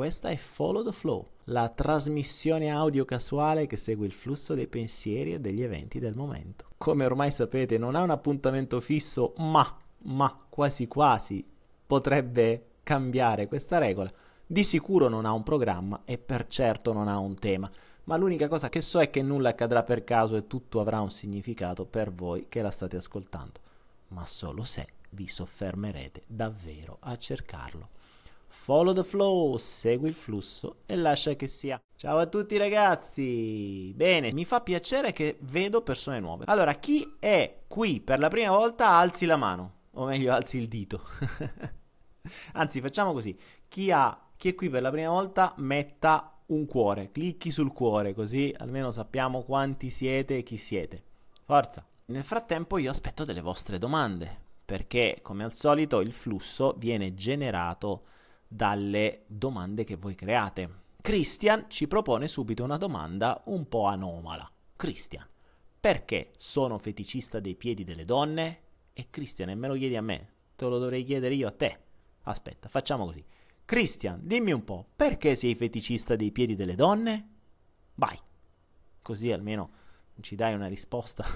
questa è Follow the Flow, la trasmissione audio casuale che segue il flusso dei pensieri e degli eventi del momento. Come ormai sapete, non ha un appuntamento fisso, ma quasi quasi potrebbe cambiare questa regola. Di sicuro non ha un programma e per certo non ha un tema, ma l'unica cosa che so è che nulla accadrà per caso e tutto avrà un significato per voi che la state ascoltando, ma solo se vi soffermerete davvero a cercarlo. Follow the flow, segui il flusso e lascia che sia. Ciao a tutti ragazzi! Bene, mi fa piacere che vedo persone nuove. Allora, chi è qui per la prima volta alzi la mano, o meglio alzi il dito. Anzi, facciamo così. Chi è qui per la prima volta metta un cuore, clicchi sul cuore, così almeno sappiamo quanti siete e chi siete. Forza! Nel frattempo io aspetto delle vostre domande, perché come al solito il flusso viene generato dalle domande che voi create. Christian ci propone subito una domanda un po' anomala. Christian, perché sono feticista dei piedi delle donne? E Christian, e me lo chiedi a me, te lo dovrei chiedere io a te. Aspetta, facciamo così. Christian, dimmi un po', perché sei feticista dei piedi delle donne? Vai, così almeno ci dai una risposta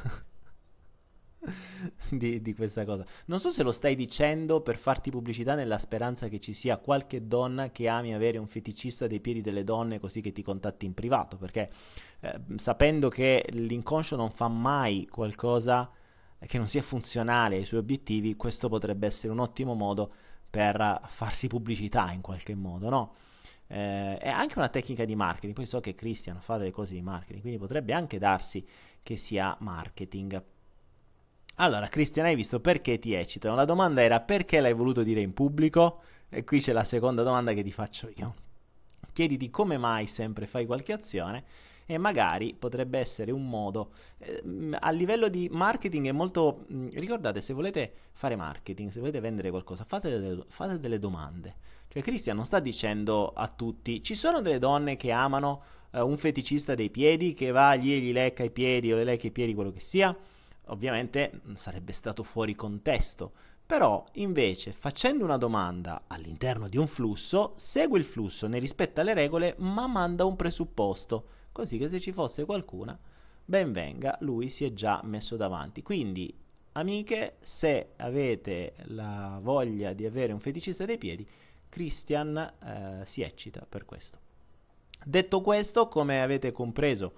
di questa cosa. Non so se lo stai dicendo per farti pubblicità nella speranza che ci sia qualche donna che ami avere un feticista dei piedi delle donne così che ti contatti in privato, perché sapendo che l'inconscio non fa mai qualcosa che non sia funzionale ai suoi obiettivi, questo potrebbe essere un ottimo modo per farsi pubblicità in qualche modo, no? È anche una tecnica di marketing. Poi so che Christian fa delle cose di marketing, quindi potrebbe anche darsi che sia marketing. Allora, Christian, hai visto perché ti eccitano? La domanda era perché l'hai voluto dire in pubblico? E qui c'è la seconda domanda che ti faccio io. Chiediti come mai sempre fai qualche azione e magari potrebbe essere un modo. A livello di marketing è molto. Ricordate, se volete fare marketing, se volete vendere qualcosa, fate delle domande. Cioè Christian non sta dicendo a tutti, ci sono delle donne che amano un feticista dei piedi che va, gli lecca i piedi o le lecca i piedi, quello che sia. Ovviamente sarebbe stato fuori contesto, però invece facendo una domanda all'interno di un flusso, segue il flusso, ne rispetta le regole, ma manda un presupposto, così che se ci fosse qualcuna, ben venga, lui si è già messo davanti. Quindi, amiche, se avete la voglia di avere un feticista dei piedi, Christian si eccita per questo. Detto questo, come avete compreso,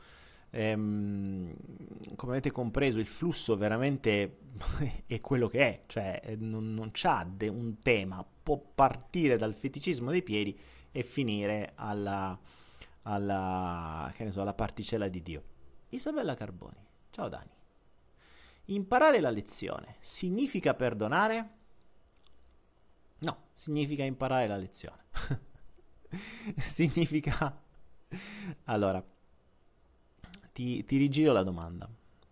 il flusso veramente è quello che è, cioè non c'ha un tema, può partire dal feticismo dei piedi e finire alla che ne so, alla particella di Dio. Isabella Carboni, ciao Dani. Imparare la lezione significa perdonare? No, significa imparare la lezione. Significa. Allora, ti rigiro la domanda.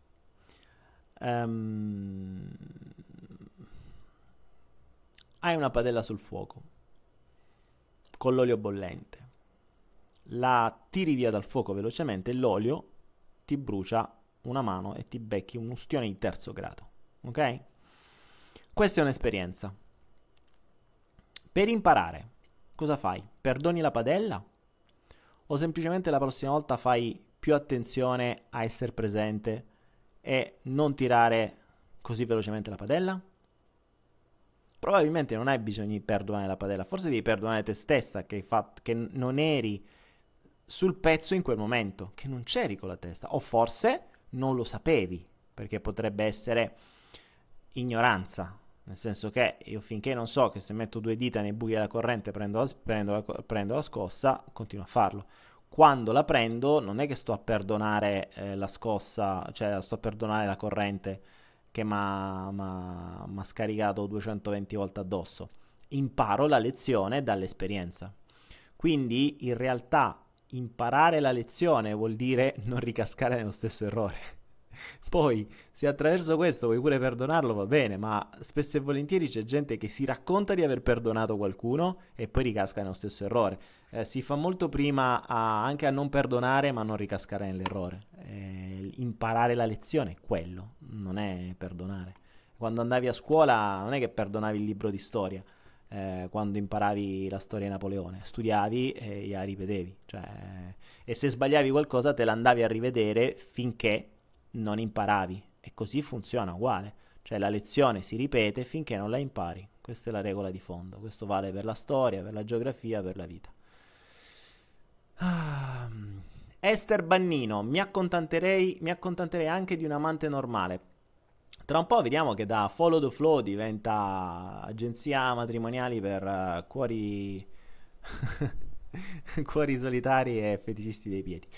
Hai una padella sul fuoco con l'olio bollente, la tiri via dal fuoco velocemente e l'olio ti brucia una mano e ti becchi un'ustione di terzo grado, ok? Questa è un'esperienza. Per imparare, cosa fai? Perdoni la padella? O semplicemente la prossima volta fai più attenzione a essere presente e non tirare così velocemente la padella? Probabilmente non hai bisogno di perdonare la padella, forse devi perdonare te stessa che non eri sul pezzo in quel momento, che non c'eri con la testa, o forse non lo sapevi, perché potrebbe essere ignoranza, nel senso che io finché non so che se metto due dita nei buchi della corrente prendo la scossa, continuo a farlo. Quando la prendo non è che sto a perdonare la scossa, cioè sto a perdonare la corrente che mi ha scaricato 220 volte addosso. Imparo la lezione dall'esperienza. Quindi in realtà imparare la lezione vuol dire non ricascare nello stesso errore. Poi, se attraverso questo vuoi pure perdonarlo, va bene, ma spesso e volentieri c'è gente che si racconta di aver perdonato qualcuno e poi ricasca nello stesso errore. Si fa molto prima anche a non perdonare, ma non ricascare nell'errore. Imparare la lezione è quello, non è perdonare. Quando andavi a scuola non è che perdonavi il libro di storia, quando imparavi la storia di Napoleone, studiavi e la ripetevi, cioè, e se sbagliavi qualcosa te l'andavi a rivedere finché non imparavi, e così funziona uguale, cioè la lezione si ripete finché non la impari, questa è la regola di fondo, questo vale per la storia, per la geografia, per la vita. Ah, Esther Bannino, mi accontenterei anche di un amante normale. Tra un po' vediamo che da Follow the Flow diventa agenzia matrimoniali per cuori cuori solitari e feticisti dei piedi.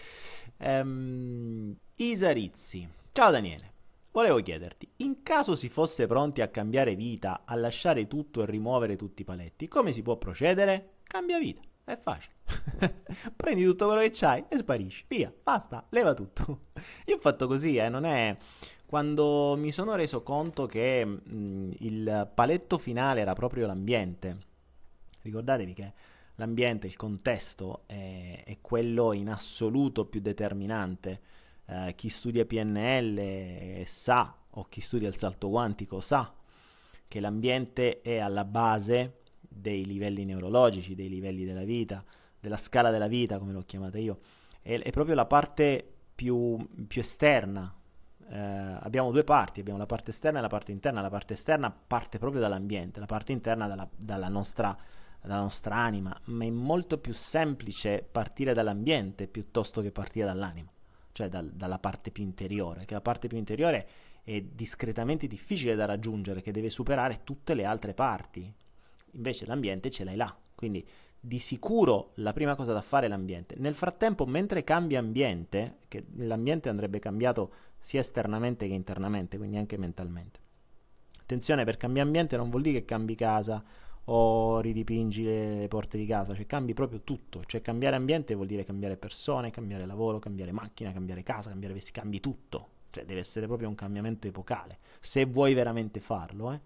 Isa Rizzi. Ciao Daniele. Volevo chiederti, in caso si fosse pronti a cambiare vita, a lasciare tutto e rimuovere tutti i paletti, come si può procedere? Cambia vita, è facile. Prendi tutto quello che c'hai e sparisci. Via, basta, leva tutto. Io ho fatto così, non è... Quando mi sono reso conto che il paletto finale era proprio l'ambiente, ricordatevi che l'ambiente, il contesto è quello in assoluto più determinante. Chi studia PNL sa, o chi studia il salto quantico sa, che l'ambiente è alla base dei livelli neurologici, dei livelli della vita, della scala della vita, come l'ho chiamata io. È proprio la parte più esterna. Abbiamo due parti, abbiamo la parte esterna e la parte interna. La parte esterna parte proprio dall'ambiente, la parte interna dalla nostra anima, ma è molto più semplice partire dall'ambiente piuttosto che partire dall'anima, cioè dalla parte più interiore, che la parte più interiore è discretamente difficile da raggiungere, che deve superare tutte le altre parti. Invece l'ambiente ce l'hai là, quindi di sicuro la prima cosa da fare è l'ambiente. Nel frattempo, mentre cambia ambiente, che l'ambiente andrebbe cambiato sia esternamente che internamente, quindi anche mentalmente. Attenzione, per cambiare ambiente non vuol dire che cambi casa o ridipingi le porte di casa, cioè cambi proprio tutto. Cioè cambiare ambiente vuol dire cambiare persone, cambiare lavoro, cambiare macchina, cambiare casa, cambiare vestiti, cambi tutto. Cioè deve essere proprio un cambiamento epocale, se vuoi veramente farlo,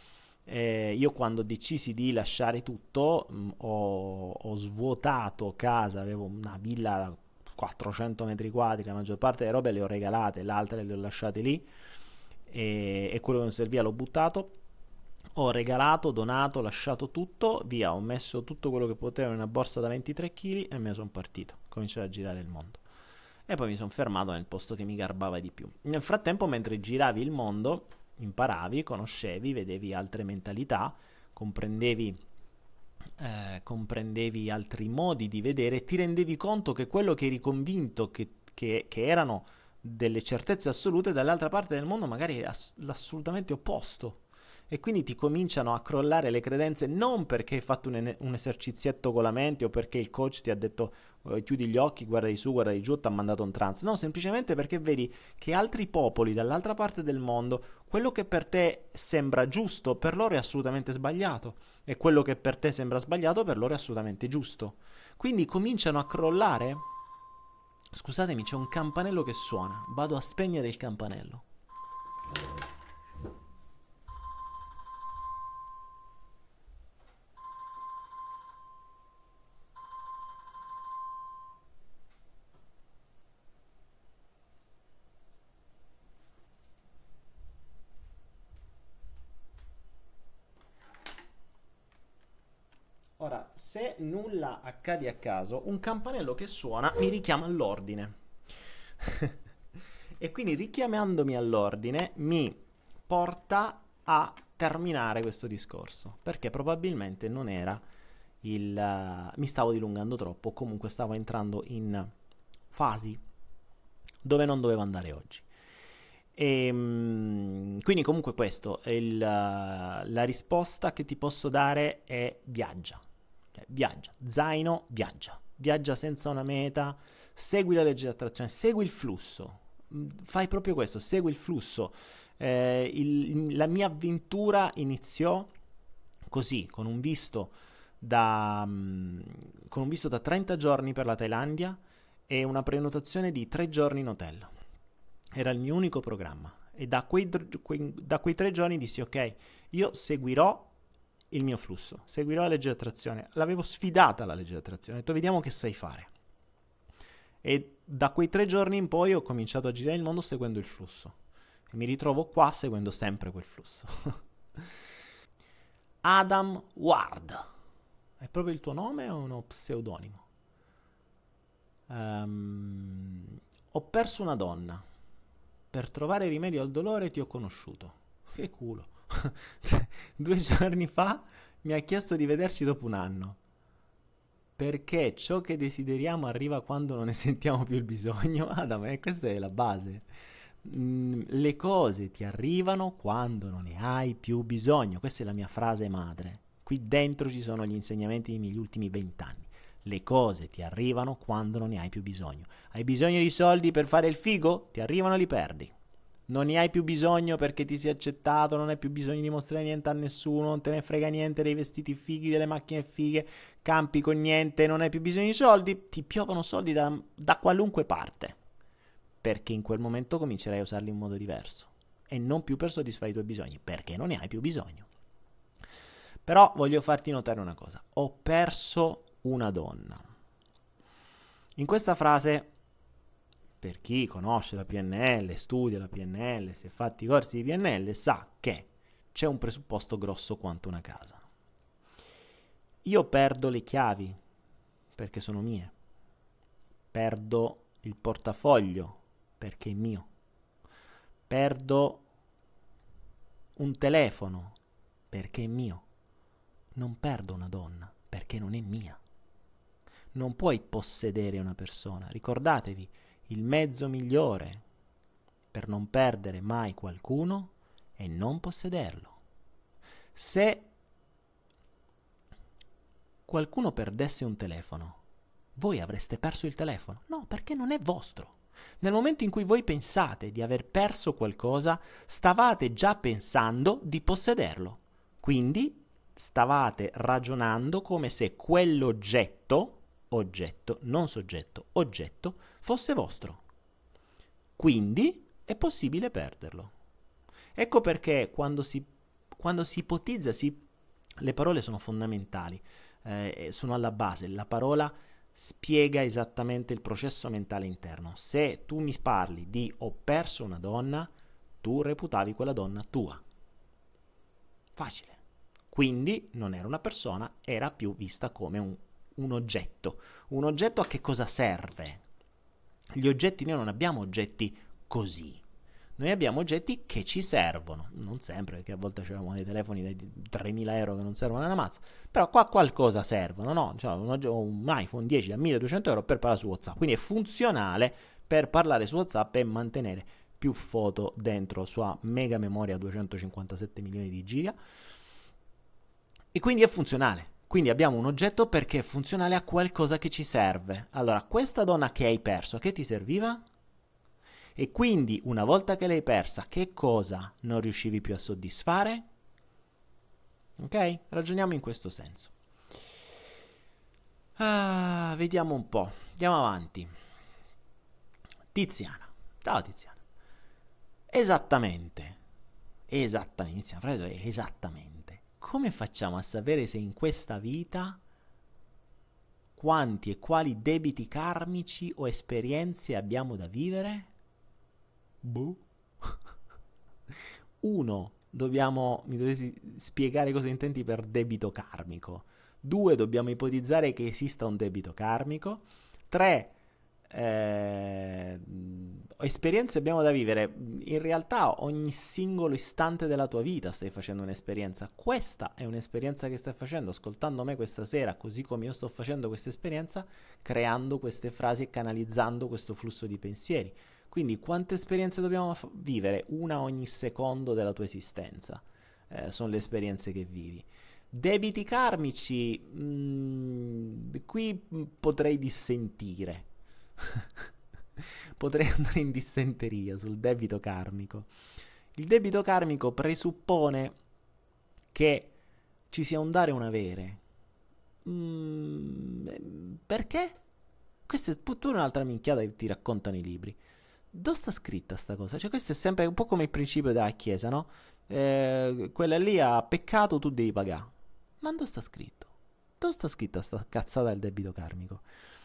io quando decisi di lasciare tutto ho svuotato casa, avevo una villa da 400 metri quadri, la maggior parte delle robe le ho regalate, le altre le ho lasciate lì e quello che non serviva l'ho buttato, ho regalato, donato, lasciato tutto, via, ho messo tutto quello che potevo in una borsa da 23 kg e me ne sono partito, ho cominciato a girare il mondo. E poi mi sono fermato nel posto che mi garbava di più. Nel frattempo, mentre giravi il mondo, imparavi, conoscevi, vedevi altre mentalità, comprendevi altri modi di vedere, ti rendevi conto che quello che eri convinto che erano delle certezze assolute, dall'altra parte del mondo magari è l'assolutamente opposto. E quindi ti cominciano a crollare le credenze non perché hai fatto un esercizietto con la mente o perché il coach ti ha detto chiudi gli occhi, guarda di su, guarda di giù, ti ha mandato un trance. No, semplicemente perché vedi che altri popoli dall'altra parte del mondo, quello che per te sembra giusto, per loro è assolutamente sbagliato. E quello che per te sembra sbagliato, per loro è assolutamente giusto. Quindi cominciano a crollare. Scusatemi, c'è un campanello che suona. Vado a spegnere il campanello. Ora, se nulla accade a caso, un campanello che suona mi richiama all'ordine. E quindi richiamandomi all'ordine mi porta a terminare questo discorso, perché probabilmente non era mi stavo dilungando troppo, comunque stavo entrando in fasi dove non dovevo andare oggi. E quindi comunque questo la risposta che ti posso dare è viaggia. Viaggia, zaino, viaggia senza una meta, segui la legge di attrazione, segui il flusso, fai proprio questo, segui il flusso. La mia avventura iniziò così, con un visto da 30 giorni per la Thailandia e una prenotazione di 3 giorni in hotel. Era il mio unico programma e da quei 3 giorni dissi ok, io seguirò il mio flusso, seguirò la legge di attrazione. L'avevo sfidata la legge di attrazione, ho detto vediamo che sai fare. E da quei 3 giorni in poi ho cominciato a girare il mondo seguendo il flusso e mi ritrovo qua seguendo sempre quel flusso. Adam Ward. È proprio il tuo nome o uno pseudonimo? Ho perso una donna. Per trovare rimedio al dolore ti ho conosciuto. Che culo. 2 giorni fa mi ha chiesto di vederci dopo un anno. Perché ciò che desideriamo arriva quando non ne sentiamo più il bisogno. Adam, questa è la base. Le cose ti arrivano quando non ne hai più bisogno. Questa è la mia frase madre. Qui dentro ci sono gli insegnamenti dei miei ultimi 20 anni. Le cose ti arrivano quando non ne hai più bisogno. Hai bisogno di soldi per fare il figo? Ti arrivano e li perdi. Non ne hai più bisogno perché ti sei accettato, non hai più bisogno di mostrare niente a nessuno, non te ne frega niente dei vestiti fighi, delle macchine fighe, campi con niente, non hai più bisogno di soldi, ti piovono soldi da qualunque parte. Perché in quel momento comincerai a usarli in modo diverso. E non più per soddisfare i tuoi bisogni, perché non ne hai più bisogno. Però voglio farti notare una cosa. Ho perso una donna. In questa frase, per chi conosce la PNL, studia la PNL, si è fatti i corsi di PNL, sa che c'è un presupposto grosso quanto una casa. Io perdo le chiavi perché sono mie. Perdo il portafoglio perché è mio. Perdo un telefono perché è mio. Non perdo una donna perché non è mia. Non puoi possedere una persona. Ricordatevi, il mezzo migliore per non perdere mai qualcuno è non possederlo. Se qualcuno perdesse un telefono, voi avreste perso il telefono? No, perché non è vostro. Nel momento in cui voi pensate di aver perso qualcosa, stavate già pensando di possederlo. Quindi stavate ragionando come se quell'oggetto, non soggetto, oggetto, fosse vostro. Quindi è possibile perderlo. Ecco perché quando si ipotizza, le parole sono fondamentali, sono alla base. La parola spiega esattamente il processo mentale interno. Se tu mi parli di ho perso una donna, tu reputavi quella donna tua. Facile. Quindi non era una persona, era più vista come un oggetto. Un oggetto a che cosa serve? Gli oggetti, noi non abbiamo oggetti così. Noi abbiamo oggetti che ci servono. Non sempre, perché a volte abbiamo dei telefoni da 3.000 euro che non servono una mazza. Però qua qualcosa servono, no? Cioè un iPhone 10 da 1.200 euro per parlare su WhatsApp. Quindi è funzionale per parlare su WhatsApp e mantenere più foto dentro sua mega memoria 257 milioni di giga. E quindi è funzionale. Quindi abbiamo un oggetto perché è funzionale a qualcosa che ci serve. Allora, questa donna che hai perso, a che ti serviva? E quindi, una volta che l'hai persa, che cosa non riuscivi più a soddisfare? Ok? Ragioniamo in questo senso. Vediamo un po'. Andiamo avanti. Tiziana. Ciao Tiziana. Esattamente. Iniziamo a frase esattamente. Come facciamo a sapere se in questa vita quanti e quali debiti karmici o esperienze abbiamo da vivere? Boh. 1. Mi dovresti spiegare cosa intendi per debito karmico. 2. Dobbiamo ipotizzare che esista un debito karmico. 3. Esperienze abbiamo da vivere. In realtà ogni singolo istante della tua vita stai facendo un'esperienza. Questa è un'esperienza che stai facendo ascoltando me questa sera, così come io sto facendo questa esperienza, creando queste frasi e canalizzando questo flusso di pensieri. Quindi quante esperienze dobbiamo vivere? Una ogni secondo della tua esistenza. Sono le esperienze che vivi. Debiti karmici, qui potrei dissentire. Potrei andare in dissenteria sul debito karmico. Il debito karmico presuppone che ci sia un dare e un avere. Perché? Questa è pure un'altra minchiata che ti raccontano i libri. Dove sta scritta sta cosa? Cioè questo è sempre un po' come il principio della chiesa, no? Quella lì ha peccato, tu devi pagare. Ma dove sta scritto? Dove sta scritta sta cazzata del debito karmico?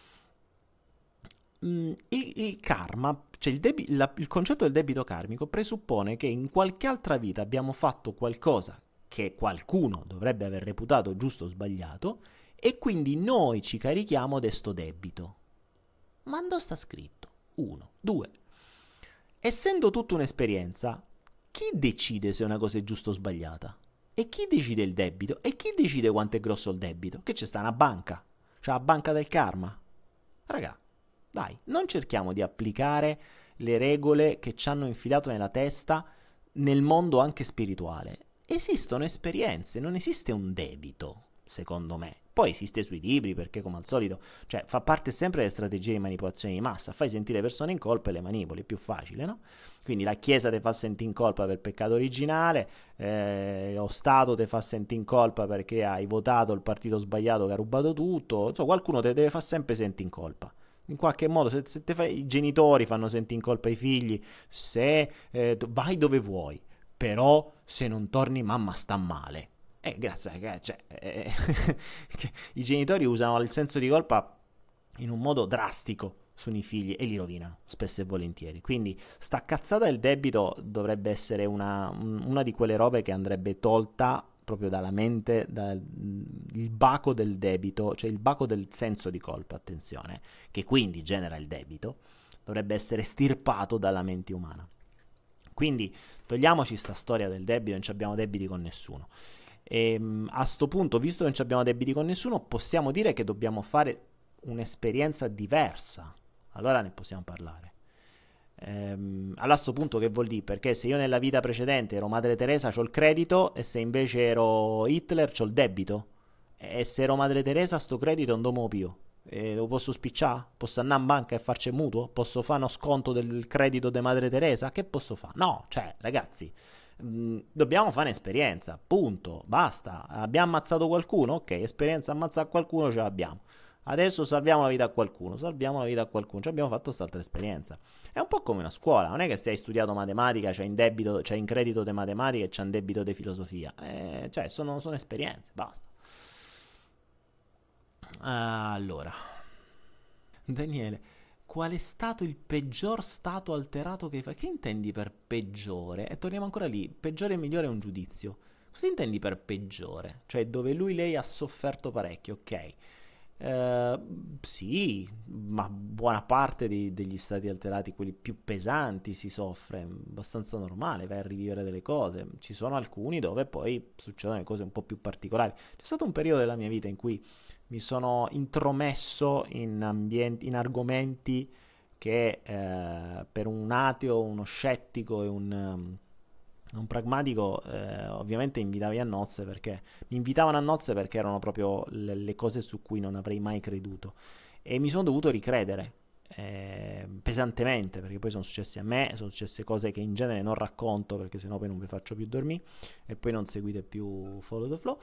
Il karma, cioè il concetto del debito karmico presuppone che in qualche altra vita abbiamo fatto qualcosa che qualcuno dovrebbe aver reputato giusto o sbagliato, e quindi noi ci carichiamo di sto debito. Ma dove sta scritto? 1, 2. Essendo tutta un'esperienza, chi decide se una cosa è giusta o sbagliata? E chi decide il debito? E chi decide quanto è grosso il debito? Che c'è sta una banca? C'è la banca del karma? Raga, dai, non cerchiamo di applicare le regole che ci hanno infilato nella testa nel mondo anche spirituale. Esistono esperienze, non esiste un debito, secondo me. Poi esiste sui libri, perché come al solito, cioè fa parte sempre delle strategie di manipolazione di massa, fai sentire le persone in colpa e le manipoli, è più facile, no? Quindi la Chiesa ti fa sentire in colpa per il peccato originale, lo Stato ti fa sentire in colpa perché hai votato il partito sbagliato che ha rubato tutto, insomma qualcuno ti deve far sempre sentire in colpa. In qualche modo, se i genitori fanno sentire in colpa i figli, se vai dove vuoi, però se non torni mamma sta male. Grazie, i genitori usano il senso di colpa in un modo drastico sui figli e li rovinano spesso e volentieri. Quindi sta cazzata del debito dovrebbe essere una di quelle robe che andrebbe tolta proprio dalla mente, il baco del debito, cioè il baco del senso di colpa, attenzione, che quindi genera il debito, dovrebbe essere estirpato dalla mente umana. Quindi togliamoci sta storia del debito, non abbiamo debiti con nessuno. E a sto punto, visto che non abbiamo debiti con nessuno, possiamo dire che dobbiamo fare un'esperienza diversa. Allora ne possiamo parlare. Allora a sto punto che vuol dire? Perché se io nella vita precedente ero Madre Teresa c'ho il credito, e se invece ero Hitler c'ho il debito, e se ero Madre Teresa sto credito non domo più, lo posso spicciare? Posso andare in banca e farci mutuo? Posso fare uno sconto del credito di Madre Teresa? Che posso fare? No, cioè ragazzi, dobbiamo fare un'esperienza, punto, basta. Abbiamo ammazzato qualcuno? Ok, esperienza ammazzare qualcuno ce l'abbiamo. Adesso salviamo la vita a qualcuno, cioè abbiamo fatto quest'altra esperienza. È un po' come una scuola, non è che se hai studiato matematica, c'hai in debito, c'hai in credito di matematica e c'hai in debito di filosofia. Cioè, sono esperienze, basta. Allora, Daniele, qual è stato il peggior stato alterato che fai? Che intendi per peggiore? E torniamo ancora lì, peggiore e migliore è un giudizio. Cosa intendi per peggiore? Cioè dove lei ha sofferto parecchio, ok. Sì, ma buona parte degli stati alterati, quelli più pesanti, si soffre, è abbastanza normale, vai a rivivere delle cose. Ci sono alcuni dove poi succedono cose un po' più particolari. C'è stato un periodo della mia vita in cui mi sono intromesso in argomenti che per un ateo, uno scettico e un pragmatico ovviamente mi invitavano a nozze perché erano proprio le cose su cui non avrei mai creduto, e mi sono dovuto ricredere pesantemente, perché poi sono successe a me, sono successe cose che in genere non racconto perché sennò poi non vi faccio più dormire e poi non seguite più Follow the Flow.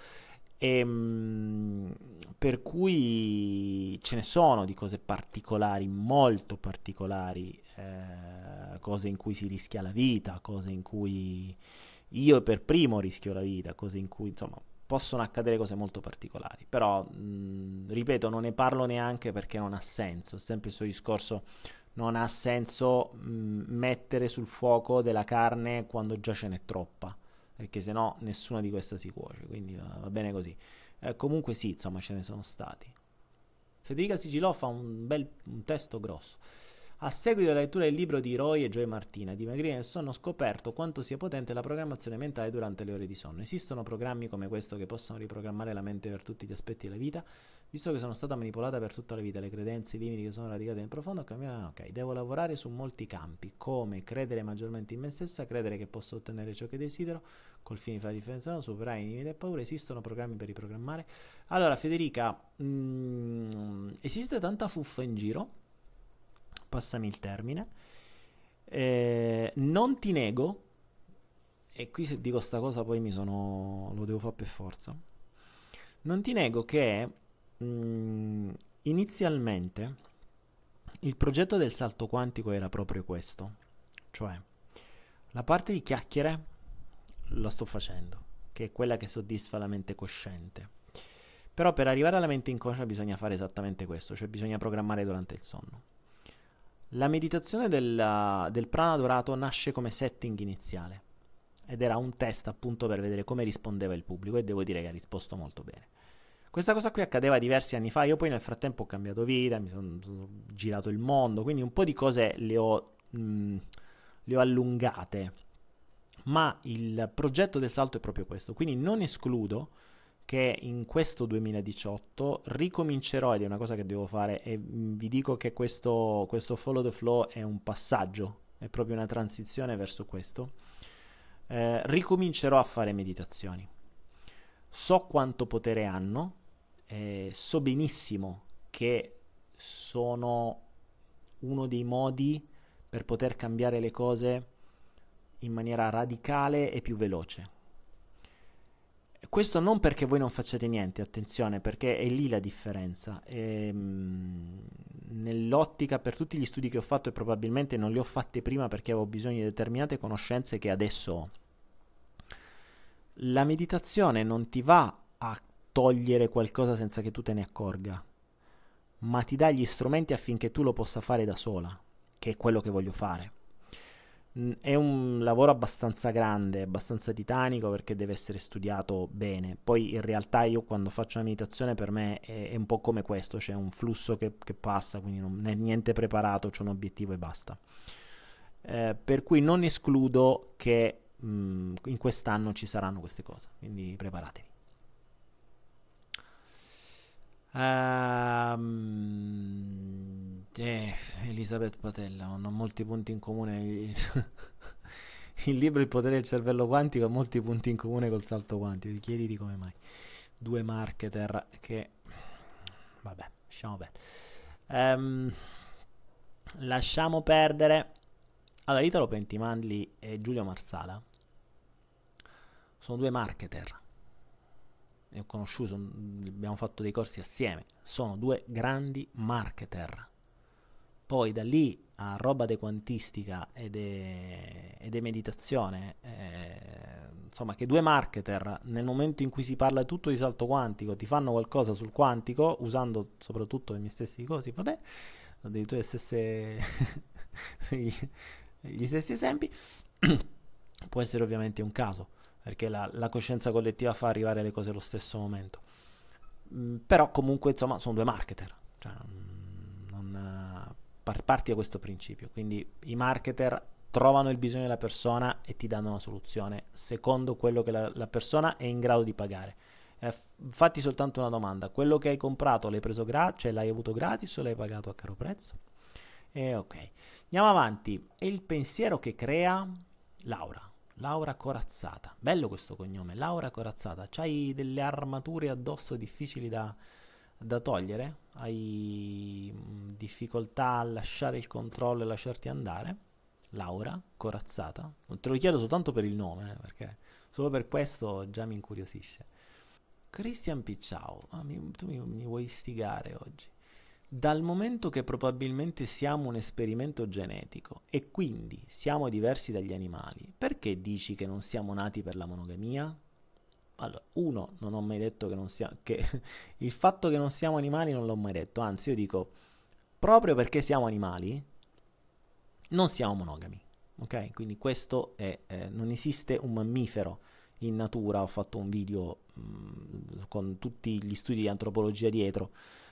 Per cui ce ne sono di cose particolari, molto particolari, cose in cui si rischia la vita, cose in cui io per primo rischio la vita, cose in cui insomma possono accadere cose molto particolari, però ripeto, non ne parlo neanche perché non ha senso, è sempre il suo discorso, non ha senso mettere sul fuoco della carne quando già ce n'è troppa, perché sennò nessuna di queste si cuoce, quindi va bene così. Comunque sì, insomma ce ne sono stati. Federica Sigilò fa un testo grosso. A seguito della lettura del libro di Roy e Joy Martina, Dimagrire nel sonno, ho scoperto quanto sia potente la programmazione mentale durante le ore di sonno. Esistono programmi come questo che possono riprogrammare la mente per tutti gli aspetti della vita? Visto che sono stata manipolata per tutta la vita, le credenze, i limiti che sono radicati nel profondo, ok, devo lavorare su molti campi, come credere maggiormente in me stessa, credere che posso ottenere ciò che desidero, col fine di fare la differenza, no, superare i limiti e paure. Esistono programmi per riprogrammare? Allora, Federica, esiste tanta fuffa in giro, passami il termine, non ti nego, e qui se dico sta cosa poi lo devo fare per forza, non ti nego che inizialmente il progetto del salto quantico era proprio questo, cioè la parte di chiacchiere la sto facendo, che è quella che soddisfa la mente cosciente, però per arrivare alla mente inconscia bisogna fare esattamente questo, cioè bisogna programmare durante il sonno. La meditazione del prana dorato nasce come setting iniziale. ed era un test appunto per vedere come rispondeva il pubblico, e devo dire che ha risposto molto bene. Questa cosa qui accadeva diversi anni fa, io poi nel frattempo ho cambiato vita, mi sono girato il mondo, quindi un po' di cose le ho allungate, ma il progetto del salto è proprio questo, quindi non escludo che in questo 2018 ricomincerò, ed è una cosa che devo fare, e vi dico che questo Follow the Flow è un passaggio, è proprio una transizione verso questo. Ricomincerò a fare meditazioni. So quanto potere hanno, so benissimo che sono uno dei modi per poter cambiare le cose in maniera radicale e più veloce. Questo non perché voi non facciate niente, attenzione, perché è lì la differenza. Nell'ottica, per tutti gli studi che ho fatto, e probabilmente non li ho fatti prima perché avevo bisogno di determinate conoscenze che adesso ho, la meditazione non ti va a togliere qualcosa senza che tu te ne accorga, ma ti dà gli strumenti affinché tu lo possa fare da sola, che è quello che voglio fare. È un lavoro abbastanza grande, abbastanza titanico, perché deve essere studiato bene. Poi in realtà io quando faccio una meditazione, per me è un po' come questo, c'è un flusso che passa, quindi non è niente preparato, c'è un obiettivo e basta. Per cui non escludo che in quest'anno ci saranno queste cose, quindi preparatevi. Elisabeth Patella, hanno molti punti in comune. Il libro Il potere del cervello quantico ha molti punti in comune col salto quantico. Chiediti come mai. Due marketer che... Vabbè, lasciamo perdere. Lasciamo perdere. Allora, Italo Pentimandli e Giulio Marsala sono due marketer. Ne ho conosciuto, abbiamo fatto dei corsi assieme. Sono due grandi marketer. Poi da lì a roba de quantistica e de meditazione, insomma, che due marketer nel momento in cui si parla tutto di salto quantico ti fanno qualcosa sul quantico, usando soprattutto le mie stesse cose, vabbè, addirittura le stesse gli stessi esempi, può essere ovviamente un caso, perché la coscienza collettiva fa arrivare le cose allo stesso momento. Però comunque, insomma, sono due marketer, cioè parti da questo principio. Quindi i marketer trovano il bisogno della persona e ti danno una soluzione secondo quello che la persona è in grado di pagare. Fatti soltanto una domanda: quello che hai comprato l'hai preso gratis, cioè l'hai avuto gratis o l'hai pagato a caro prezzo? Ok, andiamo avanti. E il pensiero che crea Laura Corazzata, bello questo cognome, Laura Corazzata. C'hai delle armature addosso difficili da togliere? Hai difficoltà a lasciare il controllo e lasciarti andare? Laura Corazzata? Non te lo chiedo soltanto per il nome, perché solo per questo già mi incuriosisce. Christian Picciao, tu mi vuoi istigare oggi. Dal momento che probabilmente siamo un esperimento genetico e quindi siamo diversi dagli animali, perché dici che non siamo nati per la monogamia? Allora, uno, non ho mai detto che non siamo, che il fatto che non siamo animali non l'ho mai detto, anzi io dico, proprio perché siamo animali, non siamo monogami, ok? Quindi questo è, non esiste un mammifero in natura, ho fatto un video con tutti gli studi di antropologia dietro,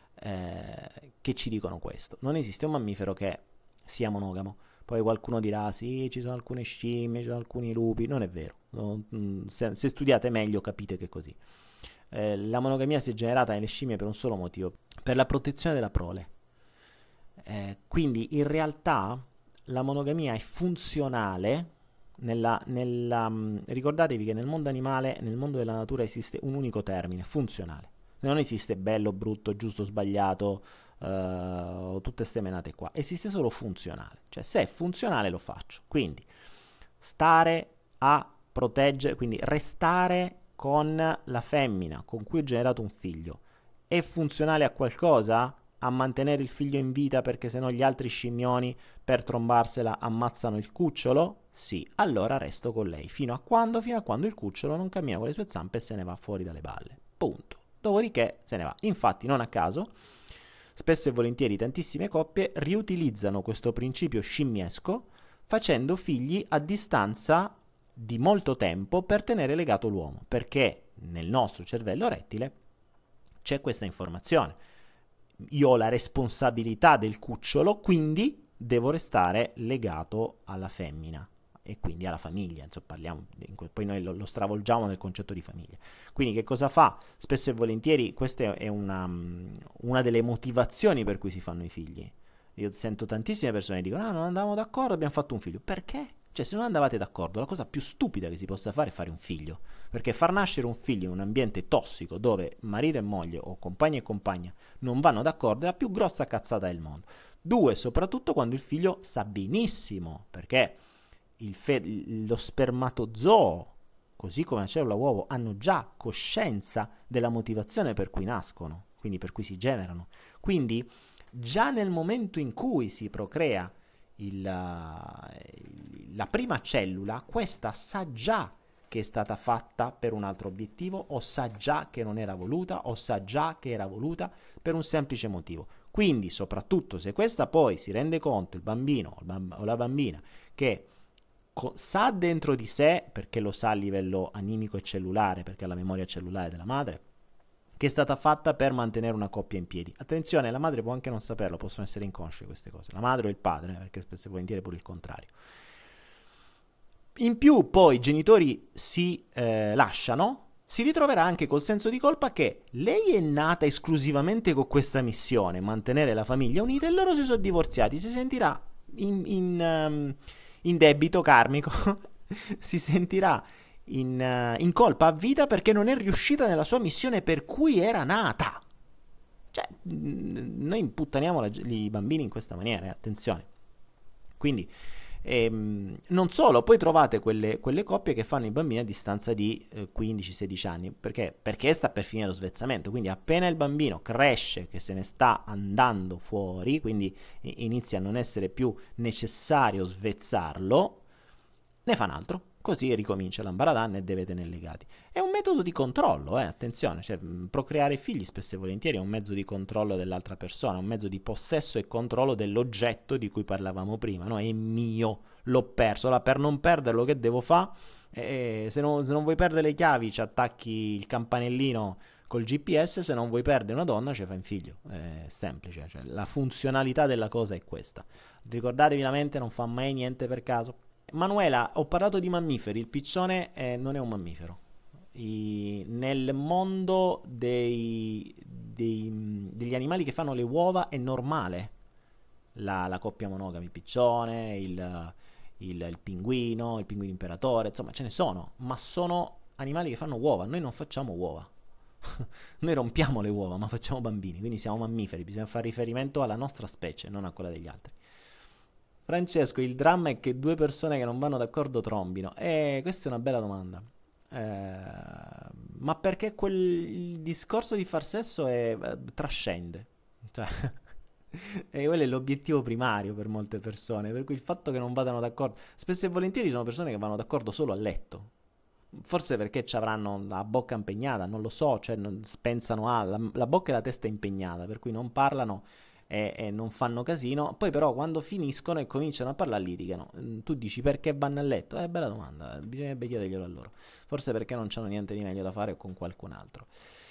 che ci dicono questo. Non esiste un mammifero che sia monogamo. Poi qualcuno dirà sì, ci sono alcune scimmie, ci sono alcuni lupi. Non è vero. Se studiate meglio capite che è così. La monogamia si è generata nelle scimmie per un solo motivo: per la protezione della prole. Quindi in realtà la monogamia è funzionale ricordatevi che nel mondo animale, nel mondo della natura, esiste un unico termine: funzionale. Non esiste bello, brutto, giusto, sbagliato, tutte ste menate qua. Esiste solo funzionale. Cioè, se è funzionale lo faccio. Quindi, stare a proteggere, quindi restare con la femmina con cui ho generato un figlio, è funzionale a qualcosa? A mantenere il figlio in vita, perché sennò gli altri scimmioni per trombarsela ammazzano il cucciolo? Sì, allora resto con lei. Fino a quando? Fino a quando il cucciolo non cammina con le sue zampe e se ne va fuori dalle balle. Punto. Dopodiché se ne va. Infatti, non a caso, spesso e volentieri tantissime coppie riutilizzano questo principio scimmiesco facendo figli a distanza di molto tempo per tenere legato l'uomo, perché nel nostro cervello rettile c'è questa informazione. Io ho la responsabilità del cucciolo, quindi devo restare legato alla femmina e quindi alla famiglia, insomma, parliamo, poi noi lo stravolgiamo nel concetto di famiglia. Quindi che cosa fa? Spesso e volentieri questa è una delle motivazioni per cui si fanno i figli. Io sento tantissime persone che dicono: ah, non andavamo d'accordo, abbiamo fatto un figlio. Perché? Cioè, se non andavate d'accordo, la cosa più stupida che si possa fare è fare un figlio. Perché far nascere un figlio in un ambiente tossico dove marito e moglie o compagno e compagna non vanno d'accordo è la più grossa cazzata del mondo. Due, soprattutto quando il figlio sa benissimo, perché lo spermatozoo, così come la cellula uovo, hanno già coscienza della motivazione per cui nascono, quindi per cui si generano. Quindi già nel momento in cui si procrea la prima cellula, questa sa già che è stata fatta per un altro obiettivo, o sa già che non era voluta, o sa già che era voluta per un semplice motivo. Quindi, soprattutto se questa poi si rende conto, il bambino o la bambina, che sa dentro di sé, perché lo sa a livello animico e cellulare, perché ha la memoria cellulare della madre, che è stata fatta per mantenere una coppia in piedi. Attenzione, la madre può anche non saperlo, possono essere inconsce queste cose, la madre o il padre, perché spesso e volentieri pure il contrario. In più poi i genitori si lasciano, si ritroverà anche col senso di colpa che lei è nata esclusivamente con questa missione, mantenere la famiglia unita, e loro si sono divorziati, si sentirà in debito karmico, si sentirà in colpa a vita perché non è riuscita nella sua missione per cui era nata. Cioè, noi imputtaniamo i bambini in questa maniera, attenzione. Quindi, non solo, poi trovate quelle coppie che fanno i bambini a distanza di 15-16 anni, perché sta per finire lo svezzamento, quindi appena il bambino cresce, che se ne sta andando fuori, quindi inizia a non essere più necessario svezzarlo, ne fa un altro, così ricomincia l'ambaradan e deve tenere legati. È un metodo di controllo, attenzione, cioè procreare figli spesso e volentieri è un mezzo di controllo dell'altra persona, un mezzo di possesso e controllo dell'oggetto di cui parlavamo prima, no? È mio, l'ho perso, allora per non perderlo che devo fare? Se non vuoi perdere le chiavi ci attacchi il campanellino col GPS, se non vuoi perdere una donna ci fai un figlio, è semplice, cioè, la funzionalità della cosa è questa. Ricordatevi, la mente non fa mai niente per caso. Manuela, ho parlato di mammiferi, il piccione non è un mammifero. Nel mondo degli animali che fanno le uova è normale la coppia monogama, il piccione, il pinguino imperatore, insomma ce ne sono, ma sono animali che fanno uova, noi non facciamo uova. Noi rompiamo le uova, ma facciamo bambini, quindi siamo mammiferi, bisogna fare riferimento alla nostra specie, non a quella degli altri. Francesco, il dramma è che due persone che non vanno d'accordo trombino. Questa è una bella domanda. Ma perché il discorso di far sesso trascende. Cioè, e quello è l'obiettivo primario per molte persone. Per cui il fatto che non vadano d'accordo. Spesso e volentieri sono persone che vanno d'accordo solo a letto. Forse perché ci avranno la bocca impegnata, non lo so. Cioè, pensano la bocca e la testa impegnata, per cui non parlano e non fanno casino. Poi però quando finiscono e cominciano a parlare litigano. Tu dici perché vanno a letto? Bella domanda, bisognerebbe chiederglielo a loro. Forse perché non c'hanno niente di meglio da fare con qualcun altro.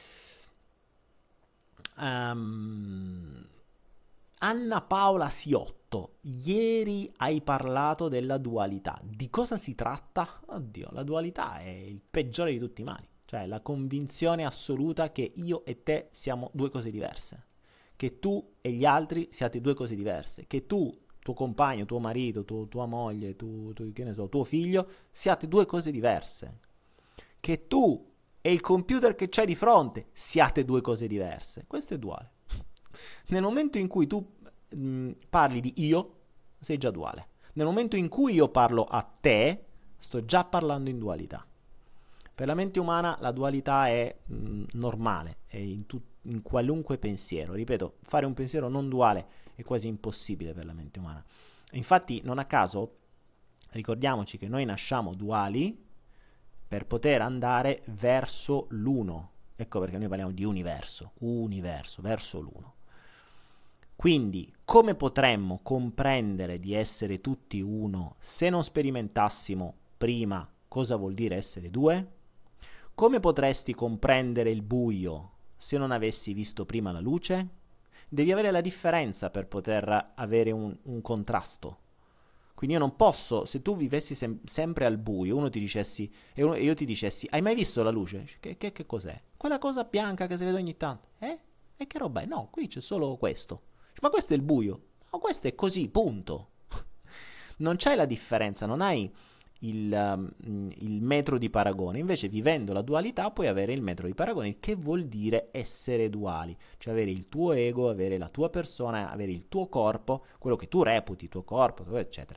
Anna Paola Siotto, ieri hai parlato della dualità. Di cosa si tratta? Oddio, la dualità è il peggiore di tutti i mali, cioè la convinzione assoluta che io e te siamo due cose diverse, che tu e gli altri siate due cose diverse, che tu, tuo compagno, tuo marito, tua moglie, che ne so, tuo figlio, siate due cose diverse, che tu e il computer che c'hai di fronte siate due cose diverse. Questo è duale. Nel momento in cui tu parli di io, sei già duale. Nel momento in cui io parlo a te, sto già parlando in dualità. Per la mente umana la dualità è normale, è in qualunque pensiero. Ripeto, fare un pensiero non duale è quasi impossibile per la mente umana. Infatti, non a caso, ricordiamoci che noi nasciamo duali per poter andare verso l'uno. Ecco perché noi parliamo di universo, verso l'uno. Quindi, come potremmo comprendere di essere tutti uno se non sperimentassimo prima cosa vuol dire essere due? Come potresti comprendere il buio se non avessi visto prima la luce? Devi avere la differenza per poter avere un contrasto. Quindi io non posso, se tu vivessi sempre al buio, uno ti dicessi, e io ti dicessi, hai mai visto la luce? Che cos'è? Quella cosa bianca che si vede ogni tanto. E che roba è? No, qui c'è solo questo. Ma questo è il buio. No, questo è così, punto. Non c'hai la differenza, non hai il metro di paragone. Invece, vivendo la dualità, puoi avere il metro di paragone, che vuol dire essere duali, cioè avere il tuo ego, avere la tua persona, avere il tuo corpo, quello che tu reputi tuo corpo, eccetera.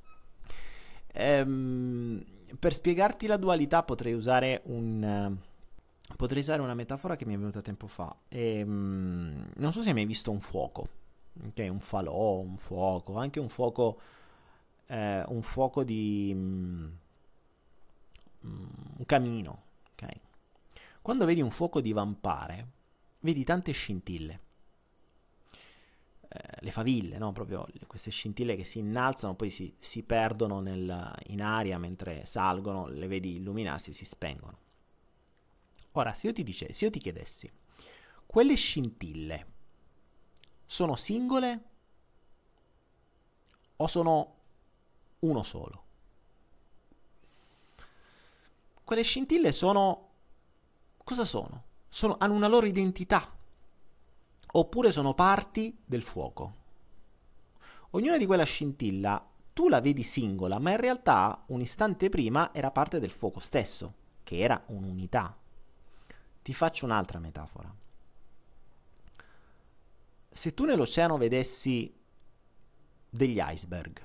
Per spiegarti la dualità potrei usare una metafora che mi è venuta tempo fa. Non so se hai mai visto un fuoco, okay? Un falò, un fuoco, anche un fuoco di un camino, ok? Quando vedi un fuoco divampare, vedi tante scintille, le faville, no? Proprio queste scintille che si innalzano, poi si perdono in aria mentre salgono, le vedi illuminarsi e si spengono. Ora, se io ti chiedessi, quelle scintille sono singole o sono uno solo? Quelle scintille sono... cosa sono? Hanno una loro identità. Oppure sono parti del fuoco. Ognuna di quella scintilla tu la vedi singola, ma in realtà un istante prima era parte del fuoco stesso, che era un'unità. Ti faccio un'altra metafora. Se tu nell'oceano vedessi degli iceberg,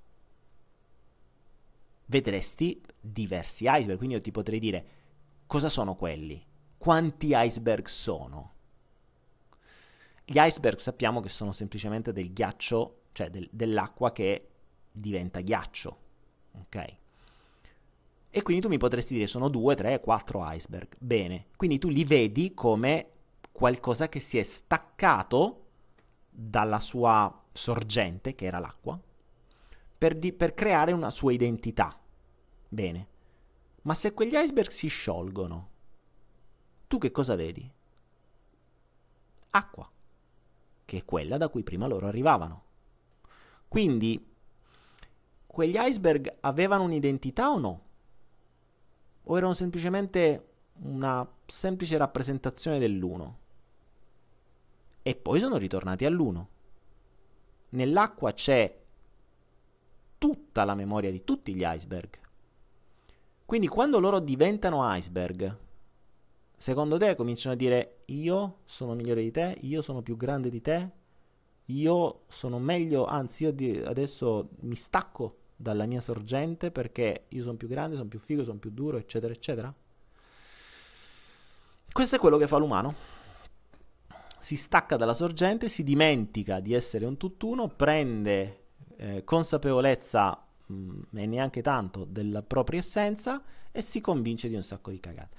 vedresti diversi iceberg, quindi io ti potrei dire cosa sono quelli, quanti iceberg sono. Gli iceberg sappiamo che sono semplicemente del ghiaccio, cioè dell'acqua che diventa ghiaccio, ok? E quindi tu mi potresti dire sono 2, 3, 4 iceberg. Bene, quindi tu li vedi come qualcosa che si è staccato dalla sua sorgente, che era l'acqua, per creare una sua identità. Bene, ma se quegli iceberg si sciolgono, tu che cosa vedi? Acqua, che è quella da cui prima loro arrivavano. Quindi, quegli iceberg avevano un'identità o no? O erano semplicemente una semplice rappresentazione dell'uno? E poi sono ritornati all'uno. Nell'acqua c'è tutta la memoria di tutti gli iceberg. Quindi quando loro diventano iceberg, secondo te cominciano a dire io sono migliore di te, io sono più grande di te, io sono meglio, anzi io adesso mi stacco dalla mia sorgente perché io sono più grande, sono più figo, sono più duro, eccetera, eccetera. Questo è quello che fa l'umano. Si stacca dalla sorgente, si dimentica di essere un tutt'uno, prende consapevolezza e neanche tanto della propria essenza e si convince di un sacco di cagate.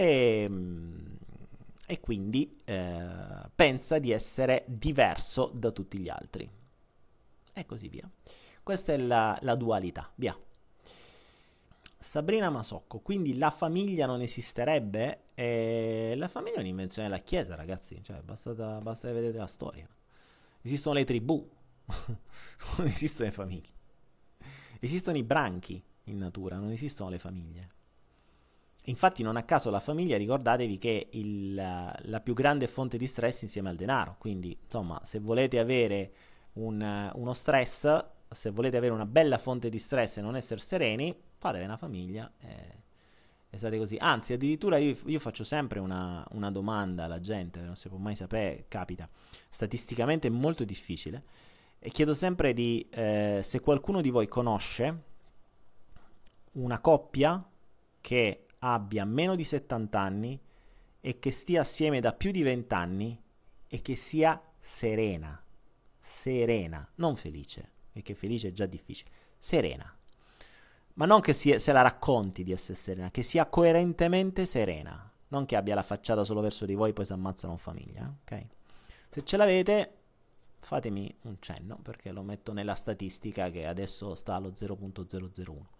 E quindi pensa di essere diverso da tutti gli altri. E così via. Questa è la dualità. Via. Sabrina Masocco, quindi la famiglia non esisterebbe? La famiglia è un'invenzione della Chiesa, ragazzi, cioè basta che vedete la storia. Esistono le tribù, non esistono le famiglie. Esistono i branchi in natura, non esistono le famiglie. Infatti non a caso la famiglia, ricordatevi che è la più grande fonte di stress insieme al denaro, quindi insomma se volete avere uno stress, se volete avere una bella fonte di stress e non essere sereni, fatevi una famiglia e state così. Anzi, addirittura io faccio sempre una domanda alla gente, non si può mai sapere, capita. Statisticamente è molto difficile. E chiedo sempre se qualcuno di voi conosce una coppia che abbia meno di 70 anni e che stia assieme da più di 20 anni e che sia serena, non felice, perché felice è già difficile, serena. Ma non che se la racconti di essere serena, che sia coerentemente serena, non che abbia la facciata solo verso di voi e poi si ammazzano in famiglia, ok? Se ce l'avete, fatemi un cenno, perché lo metto nella statistica che adesso sta allo 0.001.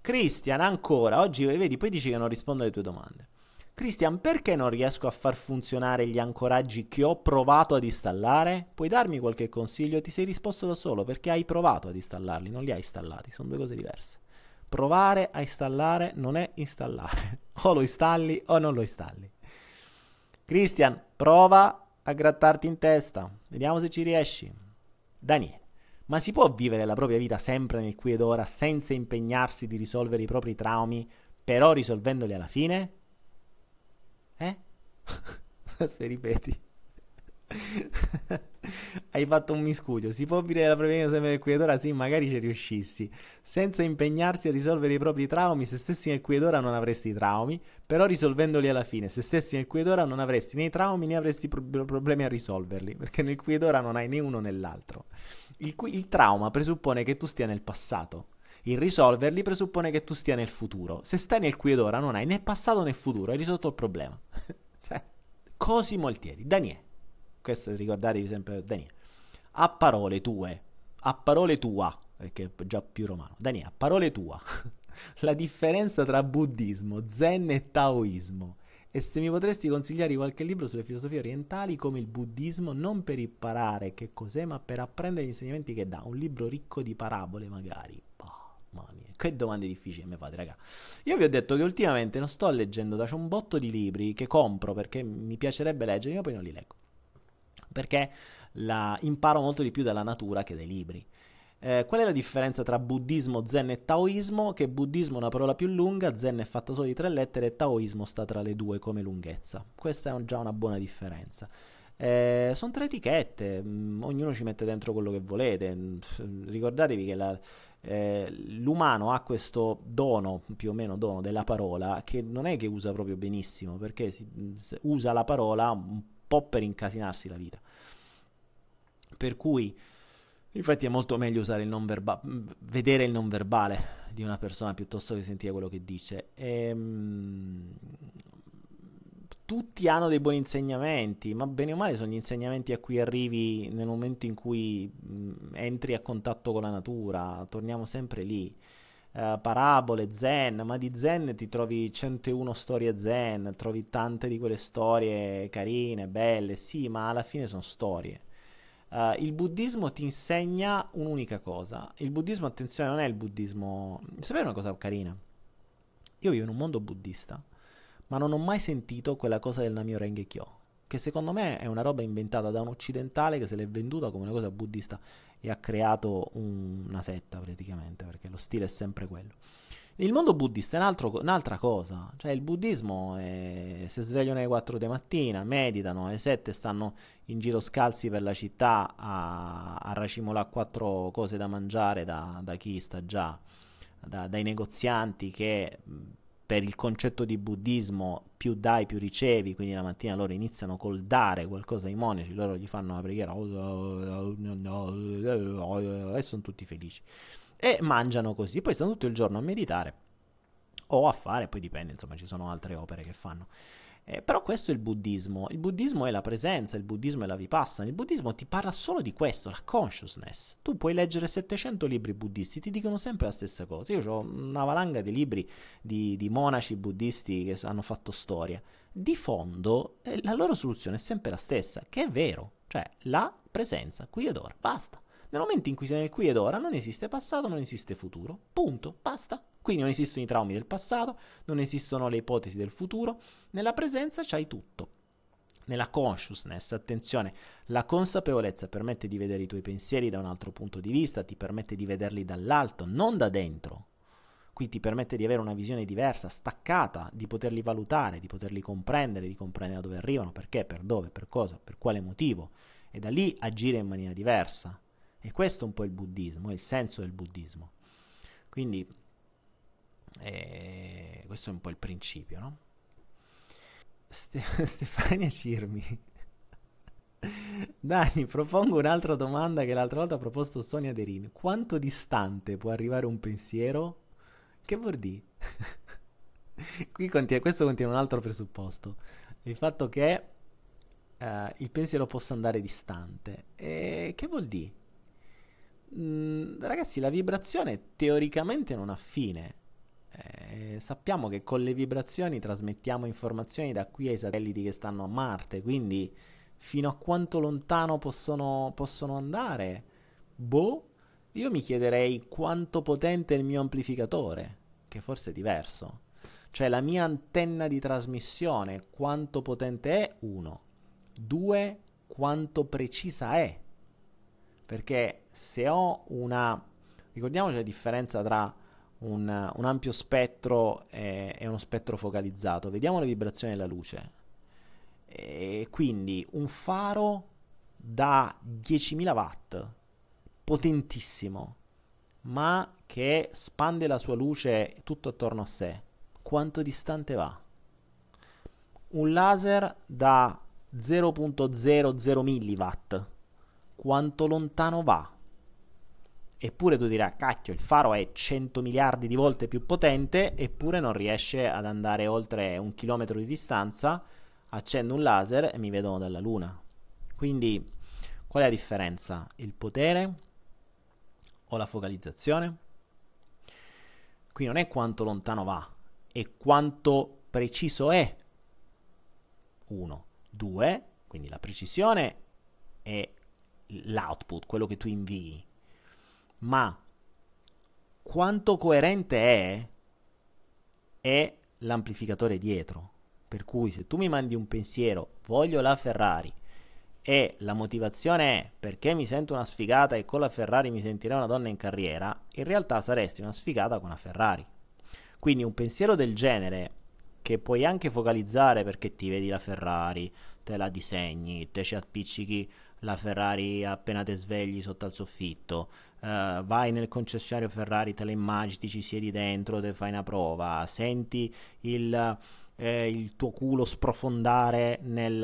Christian, ancora, oggi vedi, poi dici che non rispondo alle tue domande. Christian, perché non riesco a far funzionare gli ancoraggi che ho provato ad installare? Puoi darmi qualche consiglio? Ti sei risposto da solo perché hai provato ad installarli, non li hai installati, sono due cose diverse. Provare a installare non è installare. O lo installi o non lo installi. Christian, prova a grattarti in testa. Vediamo se ci riesci. Daniele, ma si può vivere la propria vita sempre nel qui ed ora senza impegnarsi di risolvere i propri traumi, però risolvendoli alla fine? Eh? Se ripeti. Hai fatto un miscuglio. Si può vivere la propria vita sempre nel qui ed ora? Sì, magari ci riuscissi. Senza impegnarsi a risolvere i propri traumi, se stessi nel qui ed ora non avresti traumi, però risolvendoli alla fine, se stessi nel qui ed ora non avresti né i traumi né avresti problemi a risolverli, perché nel qui ed ora non hai né uno né l'altro. Il trauma presuppone che tu stia nel passato. Il risolverli presuppone che tu stia nel futuro. Se stai nel qui ed ora non hai né passato né futuro, hai risolto il problema. Cosi Moltieri. Daniele. Questo ricordatevi sempre Daniele. A parole tue. A parole tua. Perché è già più romano. Daniele, a parole tua. La differenza tra buddismo, zen e taoismo. E se mi potresti consigliare qualche libro sulle filosofie orientali come il buddismo, non per imparare che cos'è, ma per apprendere gli insegnamenti che dà. Un libro ricco di parabole, magari. Mamma mia, che domande difficili mi fate, raga. Io vi ho detto che ultimamente non sto leggendo, c'è un botto di libri che compro perché mi piacerebbe leggere, io poi non li leggo. Perché imparo molto di più dalla natura che dai libri. Qual è la differenza tra buddismo, zen e taoismo? Che buddismo è una parola più lunga, zen è fatta solo di 3 lettere e taoismo sta tra le due come lunghezza. Questa è già una buona differenza. Sono 3 etichette, ognuno ci mette dentro quello che volete. Ricordatevi che l'umano ha questo dono, più o meno dono della parola, che non è che usa proprio benissimo, perché usa la parola un po' per incasinarsi la vita. Per cui infatti è molto meglio usare il non verbale, vedere il non verbale di una persona piuttosto che sentire quello che dice. Tutti hanno dei buoni insegnamenti, ma bene o male sono gli insegnamenti a cui arrivi nel momento in cui entri a contatto con la natura, torniamo sempre lì. Parabole, zen, ma di zen ti trovi 101 storie zen, trovi tante di quelle storie carine, belle, sì, ma alla fine sono storie. Il buddismo ti insegna un'unica cosa. Il buddismo, attenzione, non è il buddismo. Sapete una cosa carina? Io vivo in un mondo buddista, ma non ho mai sentito quella cosa del Namyo Renge Kyo, che secondo me è una roba inventata da un occidentale che se l'è venduta come una cosa buddista e ha creato una setta praticamente, perché lo stile è sempre quello. Il mondo buddista è un'altra cosa, cioè il buddismo si svegliano alle 4 di mattina, meditano, alle 7 stanno in giro scalzi per la città a racimolare 4 cose da mangiare da chi sta già, dai negozianti che per il concetto di buddismo più dai più ricevi, quindi la mattina loro iniziano col dare qualcosa ai monaci, loro gli fanno una preghiera e sono tutti felici. E mangiano così, poi stanno tutto il giorno a meditare o a fare, poi dipende, insomma ci sono altre opere che fanno. Però questo è il buddismo è la presenza, il buddismo è la vipassana, il buddismo ti parla solo di questo, la consciousness. Tu puoi leggere 700 libri buddisti, ti dicono sempre la stessa cosa. Io ho una valanga di libri di monaci buddisti che hanno fatto storia. Di fondo la loro soluzione è sempre la stessa, che è vero, cioè la presenza, qui ed ora, basta. Nel momento in cui sei nel qui ed ora non esiste passato, non esiste futuro, punto, basta. Quindi non esistono i traumi del passato, non esistono le ipotesi del futuro, nella presenza c'hai tutto. Nella consciousness, attenzione, la consapevolezza permette di vedere i tuoi pensieri da un altro punto di vista, ti permette di vederli dall'alto, non da dentro. Qui ti permette di avere una visione diversa, staccata, di poterli valutare, di poterli comprendere, di comprendere da dove arrivano, perché, per dove, per cosa, per quale motivo, e da lì agire in maniera diversa. E questo è un po' il buddismo, è il senso del buddismo. Quindi questo è un po' il principio, no? Stefania Cirmi. Dani, propongo un'altra domanda che l'altra volta ha proposto Sonia Derin. Quanto distante può arrivare un pensiero? Che vuol dire? Questo contiene un altro presupposto. Il fatto che il pensiero possa andare distante. Che vuol dire? Ragazzi, la vibrazione teoricamente non ha fine. Sappiamo che con le vibrazioni trasmettiamo informazioni da qui ai satelliti che stanno a Marte, quindi fino a quanto lontano possono andare? Boh, io mi chiederei quanto potente è il mio amplificatore, che forse è diverso. Cioè la mia antenna di trasmissione, quanto potente è? Uno. Due, quanto precisa è? Perché se ho una... Ricordiamoci la differenza tra un ampio spettro e uno spettro focalizzato. Vediamo le vibrazioni della luce. E quindi un faro da 10.000 watt, potentissimo, ma che spande la sua luce tutto attorno a sé. Quanto distante va? Un laser da 0.00 milliwatt, quanto lontano va? Eppure tu dirai, cacchio, il faro è 100 miliardi di volte più potente, eppure non riesce ad andare oltre 1 chilometro di distanza. Accendo un laser e mi vedono dalla Luna. Quindi, qual è la differenza? Il potere o la focalizzazione? Qui non è quanto lontano va, è quanto preciso è. 1, 2, quindi la precisione è l'output, quello che tu invii. Ma quanto coerente è l'amplificatore dietro. Per cui se tu mi mandi un pensiero, voglio la Ferrari, e la motivazione è perché mi sento una sfigata e con la Ferrari mi sentirei una donna in carriera, in realtà saresti una sfigata con la Ferrari. Quindi un pensiero del genere, che puoi anche focalizzare perché ti vedi la Ferrari, te la disegni, te ci appiccichi la Ferrari appena te svegli sotto al soffitto, vai nel concessionario Ferrari, te la immagini, ti ci siedi dentro, te fai una prova, senti il tuo culo sprofondare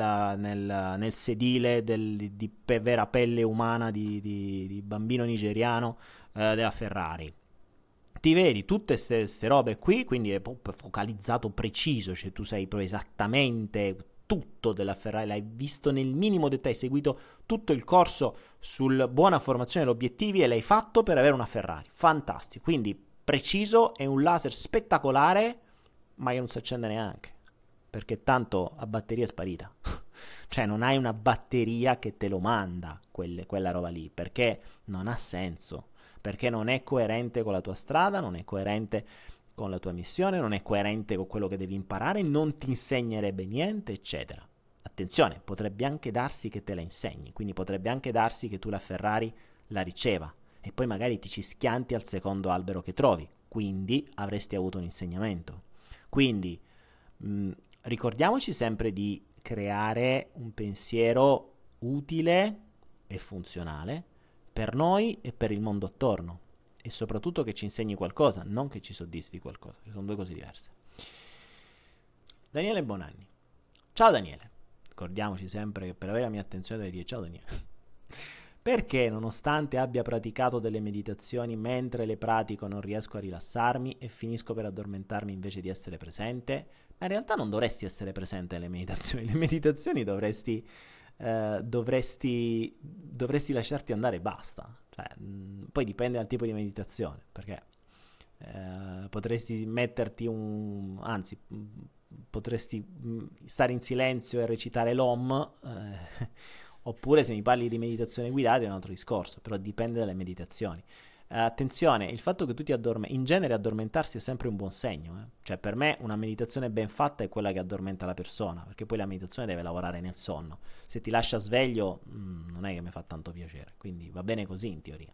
nel sedile di vera pelle umana di bambino nigeriano della Ferrari. Ti vedi tutte queste robe qui, quindi è proprio focalizzato preciso, cioè tu sai proprio esattamente tutto della Ferrari, l'hai visto nel minimo dettaglio, hai seguito tutto il corso sulla buona formazione degli obiettivi e l'hai fatto per avere una Ferrari. Fantastico, quindi preciso, è un laser spettacolare, ma che non si accende neanche, perché tanto la batteria è sparita. Cioè non hai una batteria che te lo manda, quella roba lì, perché non ha senso, perché non è coerente con la tua strada, non è coerente con la tua missione, non è coerente con quello che devi imparare, non ti insegnerebbe niente, eccetera. Attenzione, potrebbe anche darsi che te la insegni, quindi potrebbe anche darsi che tu la Ferrari la riceva e poi magari ti ci schianti al secondo albero che trovi, quindi avresti avuto un insegnamento. Quindi ricordiamoci sempre di creare un pensiero utile e funzionale per noi e per il mondo attorno, e soprattutto che ci insegni qualcosa, non che ci soddisfi qualcosa, che sono due cose diverse. Daniele Bonanni. Ciao Daniele. Ricordiamoci sempre che per avere la mia attenzione devi dire ciao Daniele. Perché nonostante abbia praticato delle meditazioni, mentre le pratico non riesco a rilassarmi e finisco per addormentarmi invece di essere presente? Ma in realtà non dovresti essere presente nelle meditazioni. Le meditazioni dovresti lasciarti andare e basta. Cioè, poi dipende dal tipo di meditazione, perché potresti metterti potresti stare in silenzio e recitare l'Om, oppure se mi parli di meditazione guidata è un altro discorso, però dipende dalle meditazioni. Attenzione, il fatto che tu ti in genere addormentarsi è sempre un buon segno. Cioè per me una meditazione ben fatta è quella che addormenta la persona, perché poi la meditazione deve lavorare nel sonno. Se ti lascia sveglio non è che mi fa tanto piacere, quindi va bene così in teoria.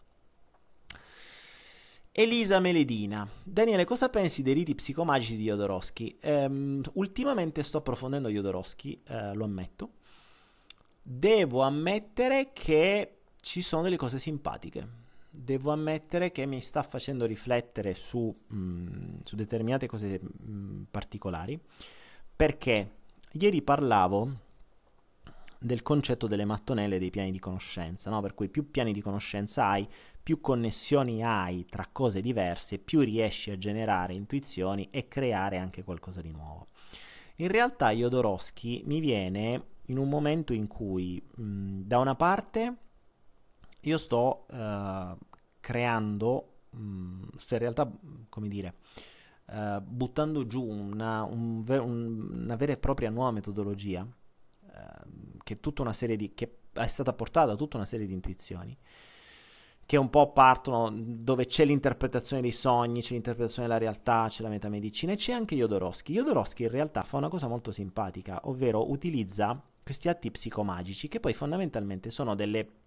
Elisa Meledina. Daniele, cosa pensi dei riti psicomagici di Jodorowsky? Ultimamente sto approfondendo Jodorowsky, lo ammetto. Devo ammettere che ci sono delle cose simpatiche. Devo ammettere che mi sta facendo riflettere su determinate cose particolari, perché ieri parlavo del concetto delle mattonelle dei piani di conoscenza, no? Per cui più piani di conoscenza hai, più connessioni hai tra cose diverse, più riesci a generare intuizioni e creare anche qualcosa di nuovo. In realtà Jodorowsky mi viene in un momento in cui da una parte io sto creando, sto in realtà, come dire, buttando giù una vera e propria nuova metodologia, che tutta una serie che è stata portata da tutta una serie di intuizioni che un po' partono, dove c'è l'interpretazione dei sogni, c'è l'interpretazione della realtà, c'è la metamedicina e c'è anche Jodorowsky. Jodorowsky in realtà fa una cosa molto simpatica, ovvero utilizza questi atti psicomagici che poi fondamentalmente sono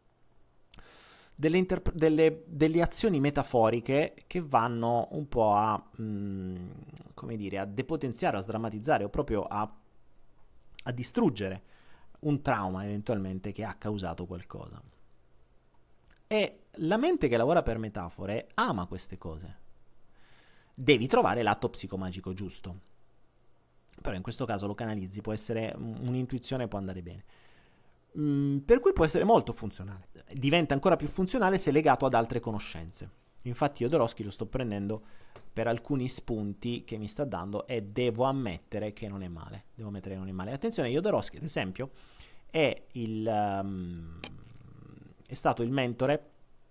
delle azioni metaforiche che vanno un po' come dire, a depotenziare, a sdrammatizzare o proprio a distruggere un trauma eventualmente che ha causato qualcosa. E la mente che lavora per metafore ama queste cose. Devi trovare l'atto psicomagico giusto. Però in questo caso lo canalizzi, può essere un'intuizione, può andare bene. Per cui può essere molto funzionale. Diventa ancora più funzionale se legato ad altre conoscenze. Infatti Jodorowsky lo sto prendendo per alcuni spunti che mi sta dando e devo ammettere che non è male. Devo ammettere che non è male. Attenzione, Jodorowsky ad esempio è stato il mentore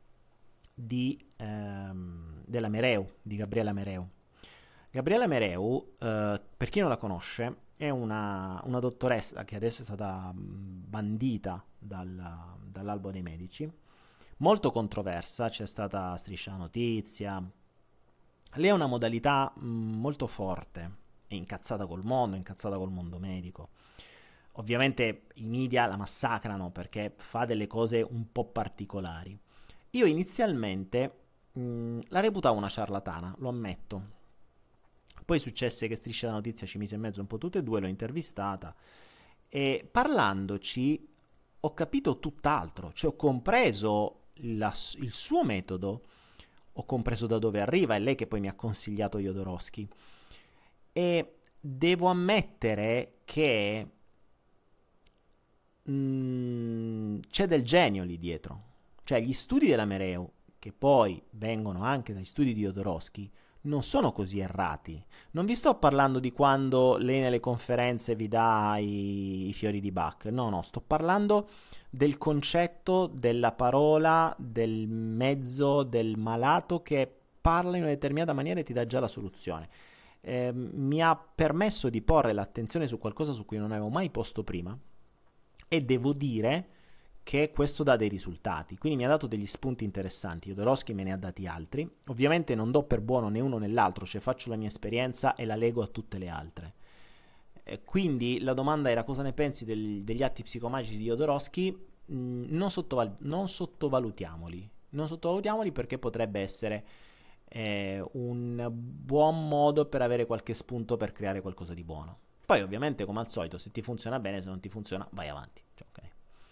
della Mereu, di Gabriela Mereu. Gabriela Mereu, per chi non la conosce, è una dottoressa che adesso è stata bandita dall'albo dei medici, molto controversa, c'è stata Striscia la Notizia. Lei ha una modalità molto forte, è incazzata col mondo medico. Ovviamente i media la massacrano perché fa delle cose un po' particolari. Io inizialmente la reputavo una ciarlatana, lo ammetto. Poi successe che Striscia la Notizia ci mise in mezzo un po' tutte e due, l'ho intervistata e parlandoci ho capito tutt'altro, cioè ho compreso il suo metodo, ho compreso da dove arriva, è lei che poi mi ha consigliato Jodorowsky e devo ammettere che c'è del genio lì dietro, cioè gli studi della Mereu, che poi vengono anche dagli studi di Jodorowsky, non sono così errati. Non vi sto parlando di quando lei nelle conferenze vi dà i fiori di Bach, no, sto parlando del concetto della parola, del mezzo, del malato che parla in una determinata maniera e ti dà già la soluzione. Mi ha permesso di porre l'attenzione su qualcosa su cui non avevo mai posto prima e devo dire che questo dà dei risultati, quindi mi ha dato degli spunti interessanti. Jodorowsky me ne ha dati altri, ovviamente non do per buono né uno né l'altro, cioè faccio la mia esperienza e la lego a tutte le altre. Quindi la domanda era cosa ne pensi degli atti psicomagici di Jodorowsky. Non sottovalutiamoli perché potrebbe essere un buon modo per avere qualche spunto per creare qualcosa di buono. Poi ovviamente come al solito se ti funziona bene, se non ti funziona vai avanti, cioè, ok.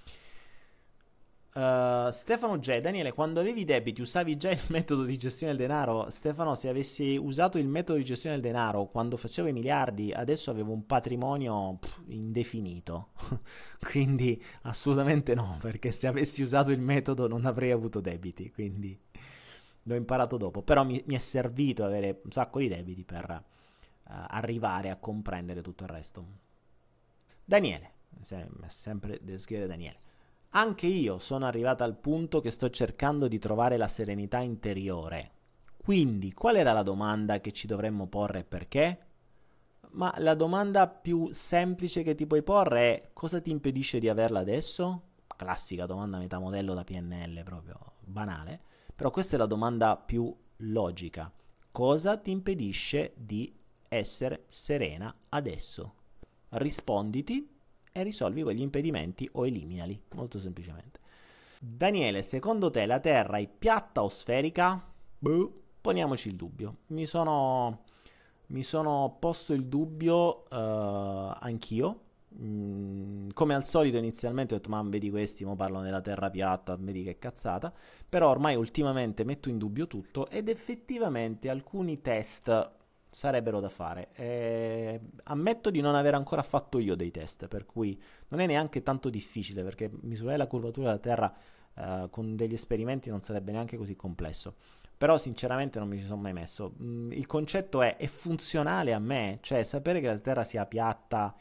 Stefano G. Daniele, quando avevi debiti usavi già il metodo di gestione del denaro? Stefano, se avessi usato il metodo di gestione del denaro quando facevo i miliardi, adesso avevo un patrimonio indefinito. Quindi assolutamente no, perché se avessi usato il metodo non avrei avuto debiti, quindi l'ho imparato dopo. Però mi è servito avere un sacco di debiti per arrivare a comprendere tutto il resto. Daniele, sempre devo scrivere Daniele. Anche io sono arrivata al punto che sto cercando di trovare la serenità interiore. Quindi, qual era la domanda che ci dovremmo porre e perché? Ma la domanda più semplice che ti puoi porre è: cosa ti impedisce di averla adesso? Classica domanda metamodello da PNL, proprio banale. Però questa è la domanda più logica. Cosa ti impedisce di essere serena adesso? Risponditi e risolvi quegli impedimenti o eliminali, molto semplicemente. Daniele, secondo te la Terra è piatta o sferica? Poniamoci il dubbio. Mi sono posto il dubbio anch'io. Come al solito inizialmente ho detto ma vedi questi, mo parlano della Terra piatta, vedi che cazzata. Però ormai ultimamente metto in dubbio tutto ed effettivamente alcuni test sarebbero da fare. Ammetto di non aver ancora fatto io dei test, per cui non è neanche tanto difficile, perché misurare la curvatura della Terra con degli esperimenti non sarebbe neanche così complesso. Però sinceramente non mi ci sono mai messo. Il concetto è funzionale a me? Cioè sapere che la Terra sia piatta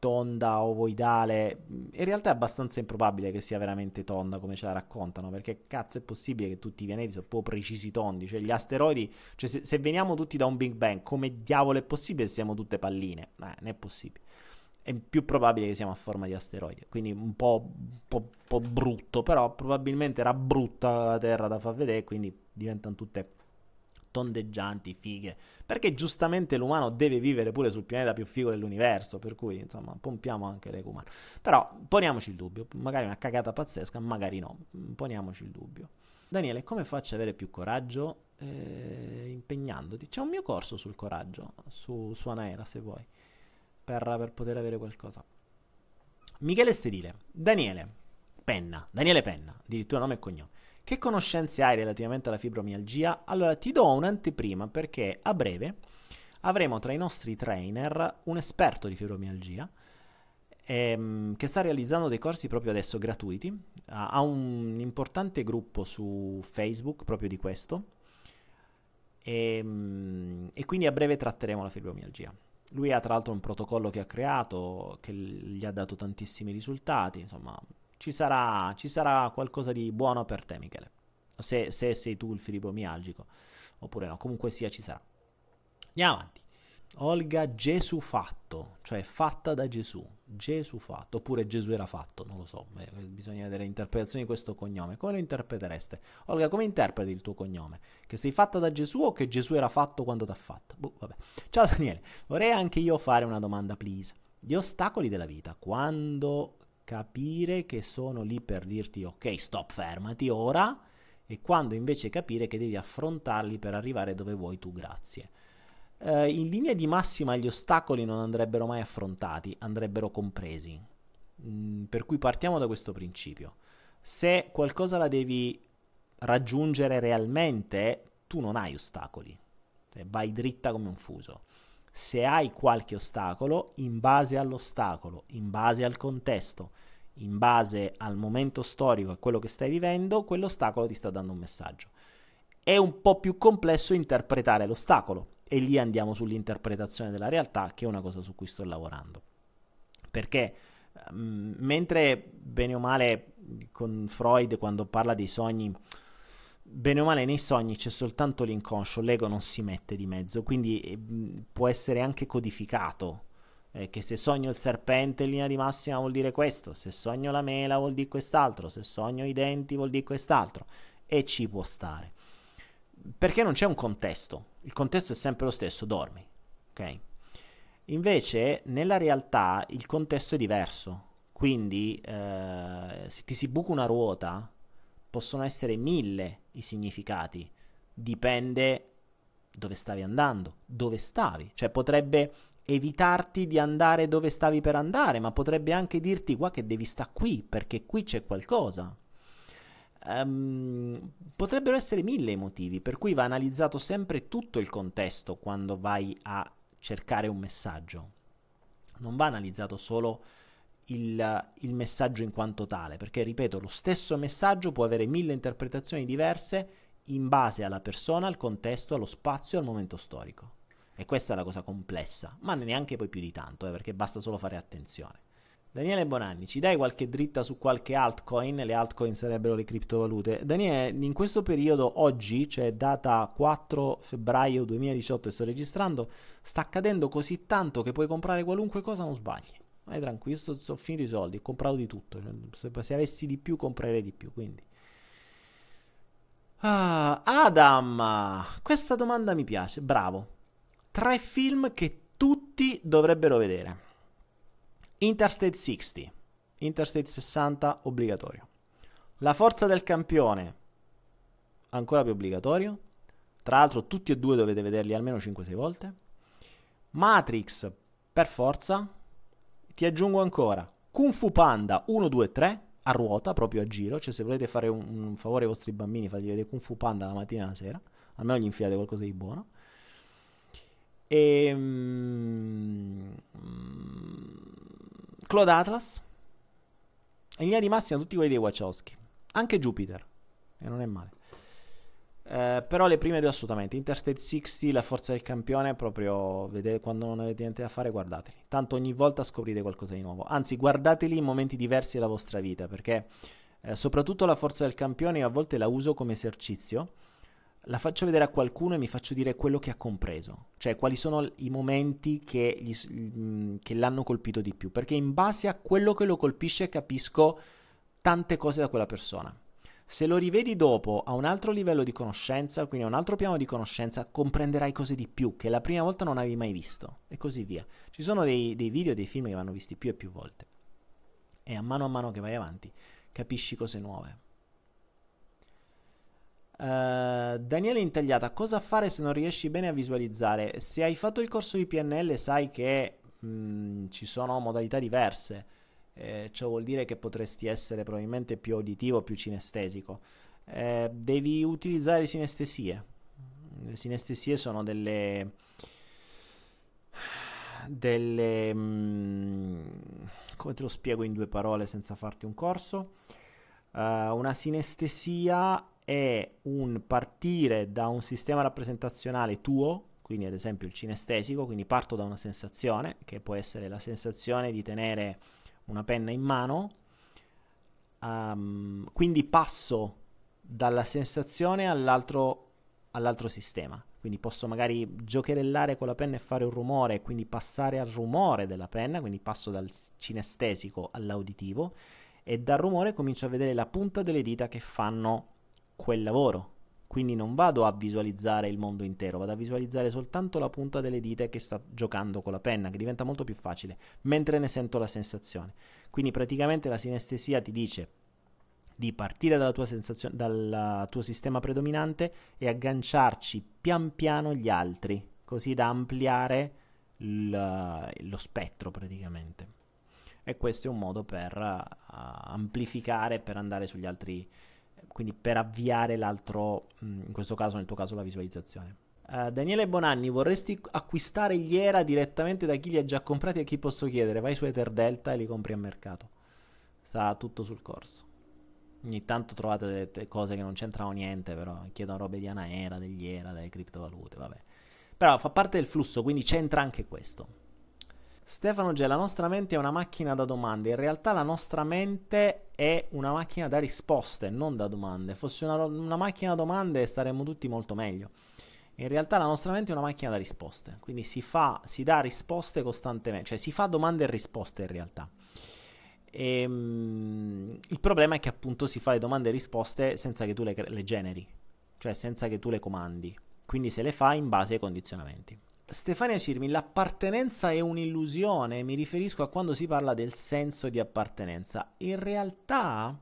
tonda, ovoidale. In realtà è abbastanza improbabile che sia veramente tonda come ce la raccontano, perché cazzo è possibile che tutti i pianeti sono proprio precisi tondi? Cioè gli asteroidi, cioè se veniamo tutti da un Big Bang, come diavolo è possibile che siamo tutte palline? Non è possibile. È più probabile che siamo a forma di asteroide, quindi un po' brutto, però probabilmente era brutta la Terra da far vedere, quindi diventano tutte tondeggianti, fighe, perché giustamente l'umano deve vivere pure sul pianeta più figo dell'universo, per cui insomma pompiamo anche l'ego umano. Però poniamoci il dubbio, magari una cagata pazzesca, magari no, poniamoci il dubbio. Daniele, come faccio ad avere più coraggio? Impegnandoti. C'è un mio corso sul coraggio su Anaera, se vuoi, per poter avere qualcosa. Michele Stedile, Daniele Penna, addirittura nome e cognome. Che conoscenze hai relativamente alla fibromialgia? Allora ti do un'anteprima, perché a breve avremo tra i nostri trainer un esperto di fibromialgia che sta realizzando dei corsi proprio adesso gratuiti. Ha un importante gruppo su Facebook proprio di questo e quindi a breve tratteremo la fibromialgia. Lui ha tra l'altro un protocollo che ha creato che gli ha dato tantissimi risultati, insomma ci sarà qualcosa di buono per te, Michele, se sei tu il fibromialgico oppure no, comunque sia ci sarà. Andiamo avanti. Olga Gesù fatto, cioè fatta da Gesù fatto, oppure Gesù era fatto, non lo so, bisogna vedere l'interpretazione di questo cognome. Come lo interpretereste? Olga, come interpreti il tuo cognome? Che sei fatta da Gesù o che Gesù era fatto quando t'ha fatta? Vabbè. Ciao Daniele, vorrei anche io fare una domanda, please. Gli ostacoli della vita, quando capire che sono lì per dirti ok, stop, fermati ora, e quando invece capire che devi affrontarli per arrivare dove vuoi tu, grazie. In linea di massima gli ostacoli non andrebbero mai affrontati, andrebbero compresi. Per cui partiamo da questo principio. Se qualcosa la devi raggiungere realmente, tu non hai ostacoli, vai dritta come un fuso. Se hai qualche ostacolo, in base all'ostacolo, in base al contesto, in base al momento storico e quello che stai vivendo, quell'ostacolo ti sta dando un messaggio. È un po' più complesso interpretare l'ostacolo, e lì andiamo sull'interpretazione della realtà, che è una cosa su cui sto lavorando. Perché mentre bene o male con Freud, quando parla dei sogni, bene o male nei sogni c'è soltanto l'inconscio, l'ego non si mette di mezzo, quindi può essere anche codificato, che se sogno il serpente in linea di massima vuol dire questo, se sogno la mela vuol dire quest'altro, se sogno i denti vuol dire quest'altro, e ci può stare. Perché non c'è un contesto, il contesto è sempre lo stesso, dormi, ok? Invece nella realtà il contesto è diverso, quindi se ti si buca una ruota possono essere 1000 i significati, dipende dove stavi andando, dove stavi, cioè potrebbe evitarti di andare dove stavi per andare, ma potrebbe anche dirti qua che devi stare qui, perché qui c'è qualcosa. Potrebbero essere 1000 i motivi, per cui va analizzato sempre tutto il contesto quando vai a cercare un messaggio. Non va analizzato solo il messaggio in quanto tale, perché ripeto, lo stesso messaggio può avere 1000 interpretazioni diverse in base alla persona, al contesto, allo spazio, al momento storico. E questa è la cosa complessa, ma neanche poi più di tanto, perché basta solo fare attenzione. Daniele Bonanni, ci dai qualche dritta su qualche altcoin? Le altcoin sarebbero le criptovalute. Daniele, in questo periodo, oggi, cioè data 4 febbraio 2018, sto registrando, sta accadendo così tanto che puoi comprare qualunque cosa, non sbagli. Vai tranquillo, io sono finito i soldi, ho comprato di tutto. Se avessi di più, comprerei di più, quindi. Adam, questa domanda mi piace, bravo. 3 film che tutti dovrebbero vedere. Interstate 60, Interstate 60 obbligatorio. La forza del campione, ancora più obbligatorio. Tra l'altro tutti e due dovete vederli almeno 5-6 volte. Matrix, per forza. Ti aggiungo ancora Kung Fu Panda 1, 2, 3, a ruota, proprio a giro. Cioè se volete fare un favore ai vostri bambini, fate vedere Kung Fu Panda la mattina e la sera. Almeno gli infilate qualcosa di buono. Claude Atlas, in linea di massima tutti quelli dei Wachowski, anche Jupiter, e non è male. Però le prime due assolutamente. Interstate 60, La forza del campione, proprio vedete, quando non avete niente da fare guardateli. Tanto ogni volta scoprite qualcosa di nuovo. Anzi, guardateli in momenti diversi della vostra vita, perché soprattutto La forza del campione io a volte la uso come esercizio. La faccio vedere a qualcuno e mi faccio dire quello che ha compreso, cioè quali sono i momenti che l'hanno colpito di più, perché in base a quello che lo colpisce capisco tante cose da quella persona. Se lo rivedi dopo a un altro livello di conoscenza, quindi a un altro piano di conoscenza, comprenderai cose di più che la prima volta non avevi mai visto e così via. Ci sono dei video, dei film che vanno visti più e più volte e a mano che vai avanti capisci cose nuove. Daniele Intagliata, cosa fare se non riesci bene a visualizzare? Se hai fatto il corso di PNL sai che ci sono modalità diverse. Ciò vuol dire che potresti essere probabilmente più uditivo, più cinestesico. Devi utilizzare le sinestesie. Le sinestesie sono come te lo spiego in due parole senza farti un corso? Una sinestesia è un partire da un sistema rappresentazionale tuo, quindi ad esempio il cinestesico, quindi parto da una sensazione, che può essere la sensazione di tenere una penna in mano, quindi passo dalla sensazione all'altro sistema, quindi posso magari giocherellare con la penna e fare un rumore, quindi passare al rumore della penna, quindi passo dal cinestesico all'auditivo e dal rumore comincio a vedere la punta delle dita che fanno quel lavoro. Quindi non vado a visualizzare il mondo intero, vado a visualizzare soltanto la punta delle dita che sta giocando con la penna, che diventa molto più facile, mentre ne sento la sensazione. Quindi praticamente la sinestesia ti dice di partire dalla tua sensazione, dal tuo sistema predominante e agganciarci pian piano gli altri, così da ampliare lo spettro praticamente. E questo è un modo per amplificare, per andare sugli altri, quindi per avviare l'altro, in questo caso, nel tuo caso, la visualizzazione. Daniele Bonanni, vorresti acquistare gli ERA direttamente da chi li ha già comprati e a chi posso chiedere? Vai su Etherdelta e li compri a mercato. Sta tutto sul corso. Ogni tanto trovate delle cose che non c'entrano niente, però chiedono robe di Anaera, degli ERA, delle criptovalute, vabbè. Però fa parte del flusso, quindi c'entra anche questo. Stefano G, la nostra mente è una macchina da domande. In realtà la nostra mente è una macchina da risposte, non da domande. Fosse una macchina da domande staremmo tutti molto meglio. In realtà la nostra mente è una macchina da risposte, quindi si dà risposte costantemente, cioè si fa domande e risposte in realtà. Il problema è che appunto si fa le domande e risposte senza che tu le generi, cioè senza che tu le comandi, quindi se le fai in base ai condizionamenti. Stefania Cirmi, l'appartenenza è un'illusione, mi riferisco a quando si parla del senso di appartenenza. In realtà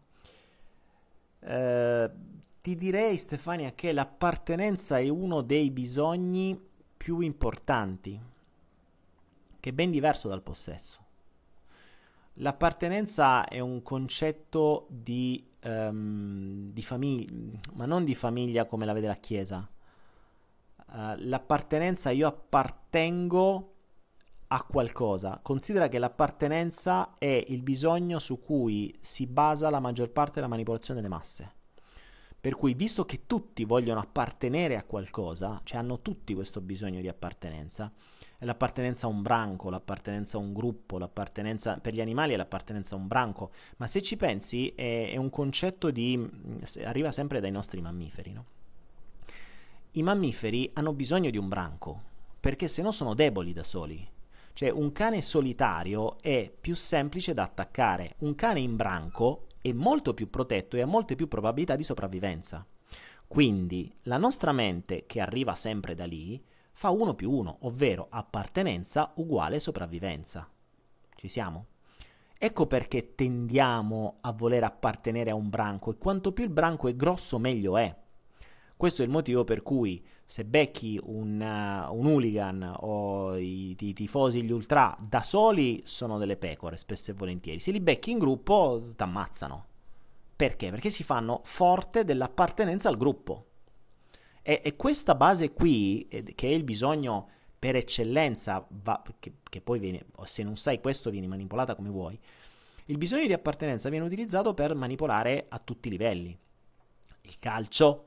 ti direi, Stefania, che l'appartenenza è uno dei bisogni più importanti, che è ben diverso dal possesso. L'appartenenza è un concetto di famiglia, ma non di famiglia come la vede la Chiesa. L'appartenenza, io appartengo a qualcosa. Considera che l'appartenenza è il bisogno su cui si basa la maggior parte della manipolazione delle masse. Per cui, visto che tutti vogliono appartenere a qualcosa, cioè hanno tutti questo bisogno di appartenenza, è l'appartenenza a un branco, l'appartenenza a un gruppo, l'appartenenza per gli animali è l'appartenenza a un branco, ma se ci pensi è un concetto arriva sempre dai nostri mammiferi, no? I mammiferi hanno bisogno di un branco, perché se no sono deboli da soli. Cioè un cane solitario è più semplice da attaccare, un cane in branco è molto più protetto e ha molte più probabilità di sopravvivenza. Quindi la nostra mente, che arriva sempre da lì, fa 1 più 1, ovvero appartenenza uguale sopravvivenza. Ci siamo? Ecco perché tendiamo a voler appartenere a un branco e quanto più il branco è grosso meglio è. Questo è il motivo per cui se becchi un hooligan o i tifosi, gli ultra, da soli sono delle pecore, spesso e volentieri. Se li becchi in gruppo, t'ammazzano. Perché? Perché si fanno forte dell'appartenenza al gruppo. E questa base qui, che è il bisogno per eccellenza, che poi viene, se non sai questo, viene manipolata come vuoi, il bisogno di appartenenza viene utilizzato per manipolare a tutti i livelli. Il calcio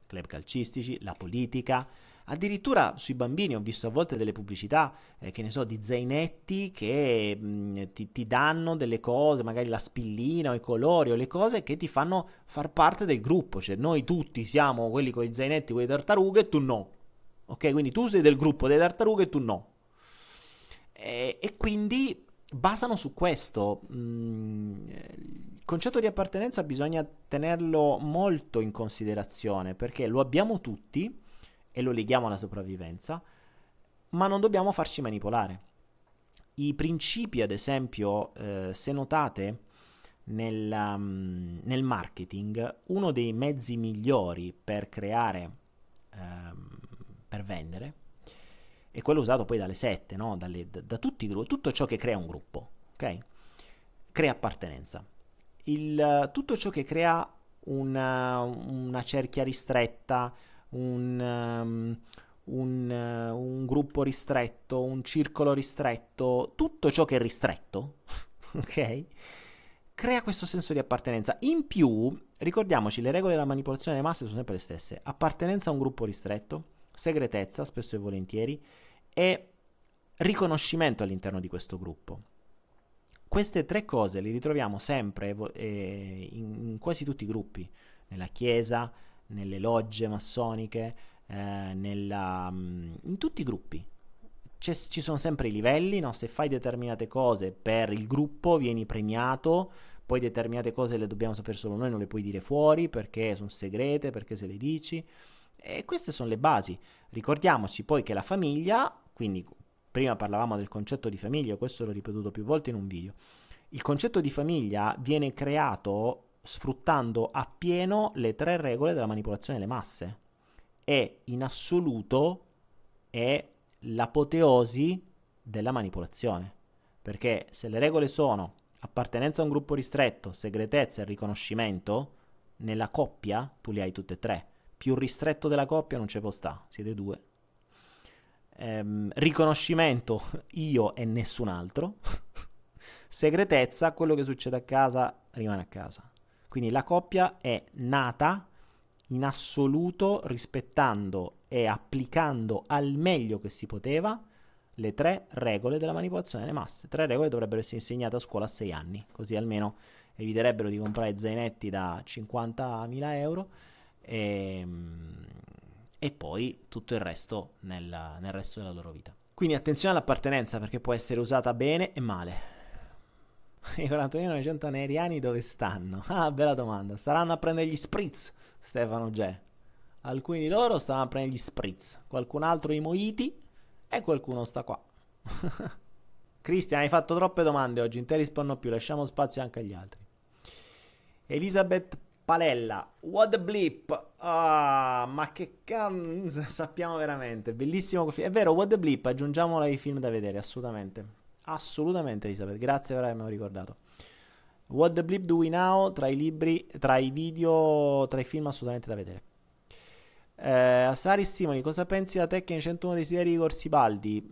club calcistici, la politica. Addirittura sui bambini ho visto a volte delle pubblicità, che ne so, di zainetti che ti danno delle cose, magari la spillina o i colori o le cose che ti fanno far parte del gruppo. Cioè noi tutti siamo quelli con i zainetti, quelli tartarughe e tu no. Ok, quindi tu sei del gruppo delle tartarughe e tu no. E quindi basano su questo. Il concetto di appartenenza bisogna tenerlo molto in considerazione perché lo abbiamo tutti e lo leghiamo alla sopravvivenza, ma non dobbiamo farci manipolare. I principi, ad esempio, se notate nel marketing, uno dei mezzi migliori per creare, per vendere, è quello usato poi dalle sette, no? Da tutti i gruppi, tutto ciò che crea un gruppo, ok? Crea appartenenza. Tutto ciò che crea una cerchia ristretta, un gruppo ristretto, un circolo ristretto, tutto ciò che è ristretto, ok? Crea questo senso di appartenenza. In più, ricordiamoci, le regole della manipolazione delle masse sono sempre le stesse. Appartenenza a un gruppo ristretto, segretezza, spesso e volentieri, e riconoscimento all'interno di questo gruppo. Queste tre cose le ritroviamo sempre in quasi tutti i gruppi, nella chiesa, nelle logge massoniche, in tutti i gruppi. Ci sono sempre i livelli, no? Se fai determinate cose per il gruppo vieni premiato, poi determinate cose le dobbiamo sapere solo noi, non le puoi dire fuori perché sono segrete, perché se le dici. E queste sono le basi. Ricordiamoci poi che la famiglia, quindi prima parlavamo del concetto di famiglia, questo l'ho ripetuto più volte in un video. Il concetto di famiglia viene creato sfruttando appieno le tre regole della manipolazione delle masse. E in assoluto è l'apoteosi della manipolazione. Perché se le regole sono appartenenza a un gruppo ristretto, segretezza e riconoscimento, nella coppia tu li hai tutte e tre. Più ristretto della coppia non ci può sta, siete due. Riconoscimento io e nessun altro. Segretezza, quello che succede a casa rimane a casa. Quindi la coppia è nata in assoluto rispettando e applicando al meglio che si poteva le tre regole della manipolazione delle masse. Tre regole dovrebbero essere insegnate a scuola a 6 anni, così almeno eviterebbero di comprare zainetti da 50.000 euro e poi tutto il resto nel resto della loro vita. Quindi attenzione all'appartenenza perché può essere usata bene e male. I 40.900 neriani dove stanno? Ah, bella domanda. Staranno a prendere gli spritz, Stefano G. Alcuni di loro staranno a prendere gli spritz, qualcun altro i moiti e qualcuno sta qua. Cristian, hai fatto troppe domande oggi, non te rispondo più, lasciamo spazio anche agli altri. Elisabeth Palella, what the blip? Ah, ma che cazzo, sappiamo veramente, bellissimo. È vero, what the blip, aggiungiamolo ai film da vedere, assolutamente. Assolutamente Elisabeth, grazie per avermelo ricordato. What the Bleep Do We Now, tra i libri, tra i video, tra i film assolutamente da vedere. Sari Stimoli, cosa pensi da te che in 101 desideri di Corsibaldi?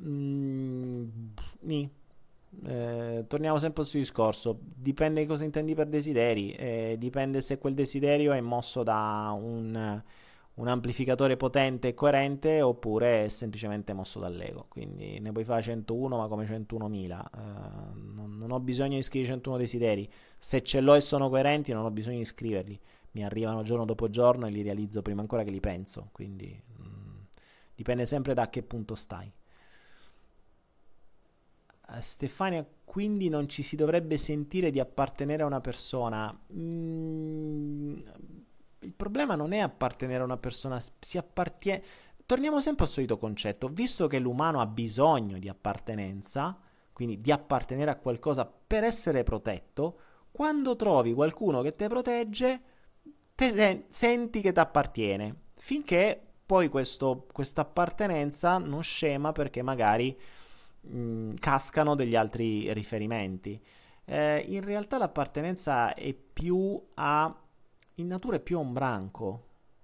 Torniamo sempre al suo discorso, dipende cosa intendi per desideri, dipende se quel desiderio è mosso da un amplificatore potente e coerente oppure è semplicemente mosso dall'ego. Quindi ne puoi fare 101 ma come 101.000. Non ho bisogno di scrivere 101 desideri, se ce l'ho e sono coerenti non ho bisogno di scriverli, mi arrivano giorno dopo giorno e li realizzo prima ancora che li penso. Quindi dipende sempre da che punto stai. Stefania, quindi non ci si dovrebbe sentire di appartenere a una persona. Il problema non è appartenere a una persona, si appartiene. Torniamo sempre al solito concetto, visto che l'umano ha bisogno di appartenenza, quindi di appartenere a qualcosa per essere protetto, quando trovi qualcuno che te protegge, senti che ti appartiene, finché poi questa appartenenza non scema perché magari cascano degli altri riferimenti. In realtà l'appartenenza è più in natura è più a un branco,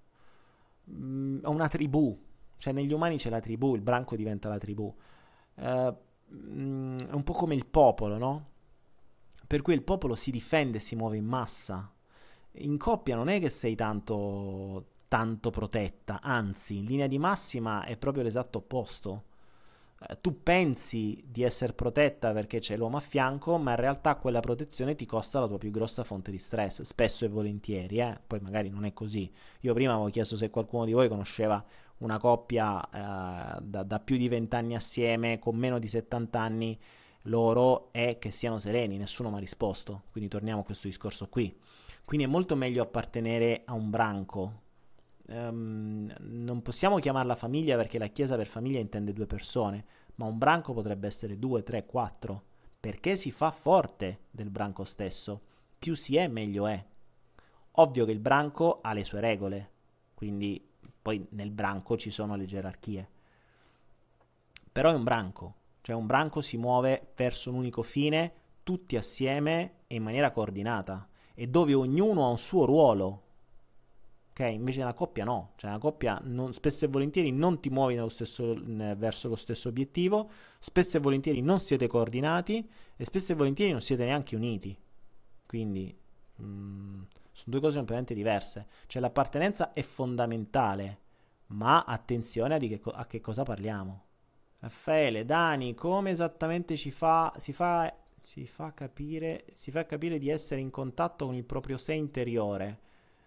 a una tribù, cioè negli umani c'è la tribù, il branco diventa la tribù, è un po' come il popolo, no? Per cui il popolo si difende, si muove in massa. In coppia non è che sei tanto tanto protetta, anzi, in linea di massima è proprio l'esatto opposto. Tu pensi di essere protetta perché c'è l'uomo a fianco, ma in realtà quella protezione ti costa la tua più grossa fonte di stress, spesso e volentieri, poi magari non è così. Io prima avevo chiesto se qualcuno di voi conosceva una coppia da più di 20 anni assieme, con meno di 70 anni loro, e che siano sereni, nessuno mi ha risposto, quindi torniamo a questo discorso qui. Quindi è molto meglio appartenere a un branco. Non possiamo chiamarla famiglia perché la Chiesa per famiglia intende due persone, ma un branco potrebbe essere 2, 3, 4, perché si fa forte del branco stesso. Più si è, meglio è. Ovvio che il branco ha le sue regole, quindi poi nel branco ci sono le gerarchie. Però è un branco, cioè un branco si muove verso un unico fine, tutti assieme e in maniera coordinata, e dove ognuno ha un suo ruolo. Ok, invece nella coppia no, cioè nella coppia spesso e volentieri non ti muovi verso lo stesso obiettivo, spesso e volentieri non siete coordinati e spesso e volentieri non siete neanche uniti. Quindi sono due cose completamente diverse. Cioè l'appartenenza è fondamentale, ma attenzione a che cosa parliamo. Raffaele, Dani, come esattamente si fa capire di essere in contatto con il proprio sé interiore?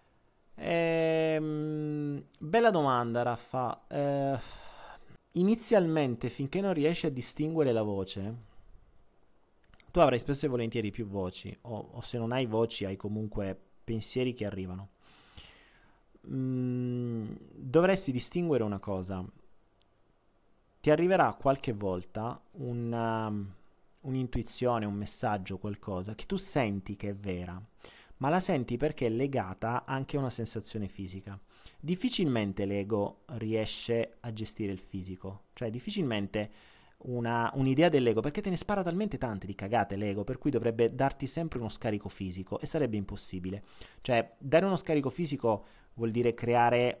Bella domanda, Raffa. Inizialmente, finché non riesci a distinguere la voce, tu avrai spesso e volentieri più voci, o se non hai voci, hai comunque pensieri che arrivano. Dovresti distinguere una cosa. Ti arriverà qualche volta un'intuizione, un messaggio, qualcosa che tu senti che è vera, ma la senti perché è legata anche a una sensazione fisica. Difficilmente l'ego riesce a gestire il fisico, cioè difficilmente un'idea dell'ego, perché te ne spara talmente tante di cagate l'ego, per cui dovrebbe darti sempre uno scarico fisico, e sarebbe impossibile. Cioè, dare uno scarico fisico vuol dire creare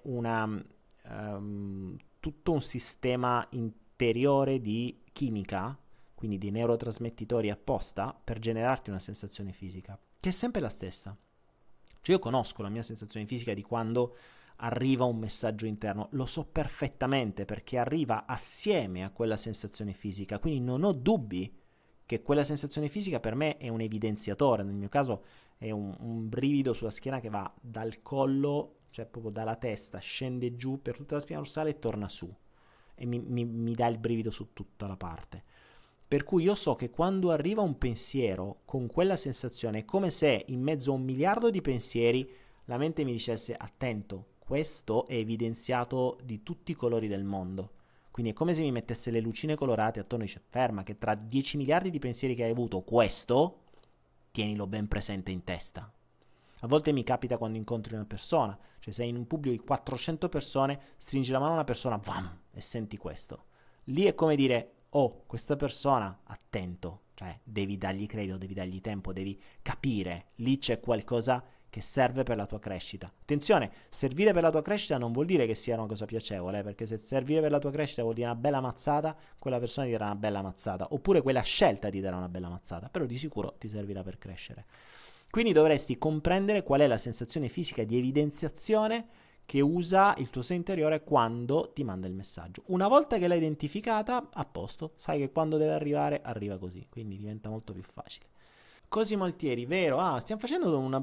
tutto un sistema interiore di chimica, quindi di neurotrasmettitori apposta, per generarti una sensazione fisica, che è sempre la stessa. Cioè io conosco la mia sensazione fisica di quando arriva un messaggio interno, lo so perfettamente perché arriva assieme a quella sensazione fisica, quindi non ho dubbi che quella sensazione fisica per me è un evidenziatore, nel mio caso è un brivido sulla schiena che va dal collo, cioè proprio dalla testa, scende giù per tutta la spina dorsale e torna su, e mi dà il brivido su tutta la parte. Per cui io so che quando arriva un pensiero con quella sensazione è come se in mezzo a 1 miliardo di pensieri la mente mi dicesse: attento, questo è evidenziato di tutti i colori del mondo. Quindi è come se mi mettesse le lucine colorate attorno e dice: ferma, che tra 10 miliardi di pensieri che hai avuto, questo tienilo ben presente in testa. A volte mi capita quando incontri una persona, cioè sei in un pubblico di 400 persone, stringi la mano a una persona, bam, e senti questo. Lì è come dire: oh, questa persona, attento, cioè devi dargli credito, devi dargli tempo, devi capire, lì c'è qualcosa che serve per la tua crescita. Attenzione, servire per la tua crescita non vuol dire che sia una cosa piacevole, perché se servire per la tua crescita vuol dire una bella mazzata, quella persona ti darà una bella mazzata, oppure quella scelta ti darà una bella mazzata, però di sicuro ti servirà per crescere. Quindi dovresti comprendere qual è la sensazione fisica di evidenziazione che usa il tuo sé interiore quando ti manda il messaggio. Una volta che l'hai identificata, a posto, sai che quando deve arrivare, arriva così, quindi diventa molto più facile. Cosimo Altieri, vero? Stiamo facendo una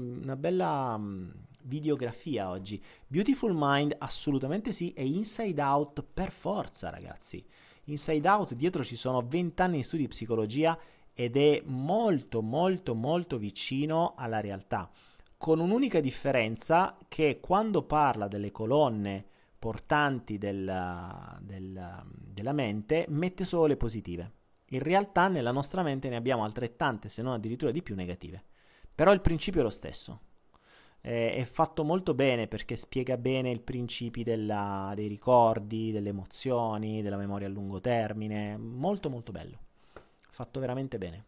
bella videografia oggi. Beautiful Mind, assolutamente sì, e Inside Out per forza, ragazzi. Inside Out, dietro ci sono 20 anni di studi di psicologia ed è molto, molto, molto vicino alla realtà, con un'unica differenza, che quando parla delle colonne portanti della mente, mette solo le positive. In realtà nella nostra mente ne abbiamo altrettante, se non addirittura di più, negative. Però il principio è lo stesso. È fatto molto bene perché spiega bene i principi dei ricordi, delle emozioni, della memoria a lungo termine. Molto molto bello. Fatto veramente bene.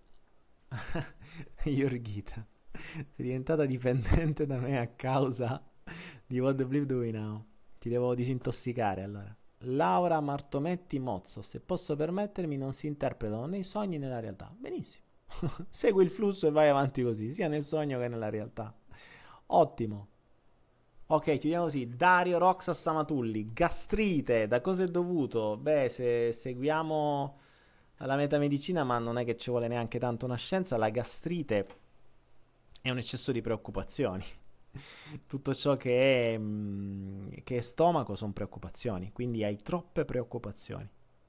Yorghita, sei diventata dipendente da me a causa di What the Bleep Do We Now. Ti devo disintossicare allora. Laura Martometti Mozzo, se posso permettermi, non si interpretano né i sogni né la realtà. Benissimo. Segui il flusso e vai avanti così, sia nel sogno che nella realtà. Ottimo. Ok, chiudiamo così. Dario Roxa Samatulli, gastrite, da cosa è dovuto? Beh, se seguiamo la metamedicina, ma non è che ci vuole neanche tanto una scienza, la gastrite è un eccesso di preoccupazioni. Tutto ciò che è stomaco sono preoccupazioni, quindi hai troppe preoccupazioni.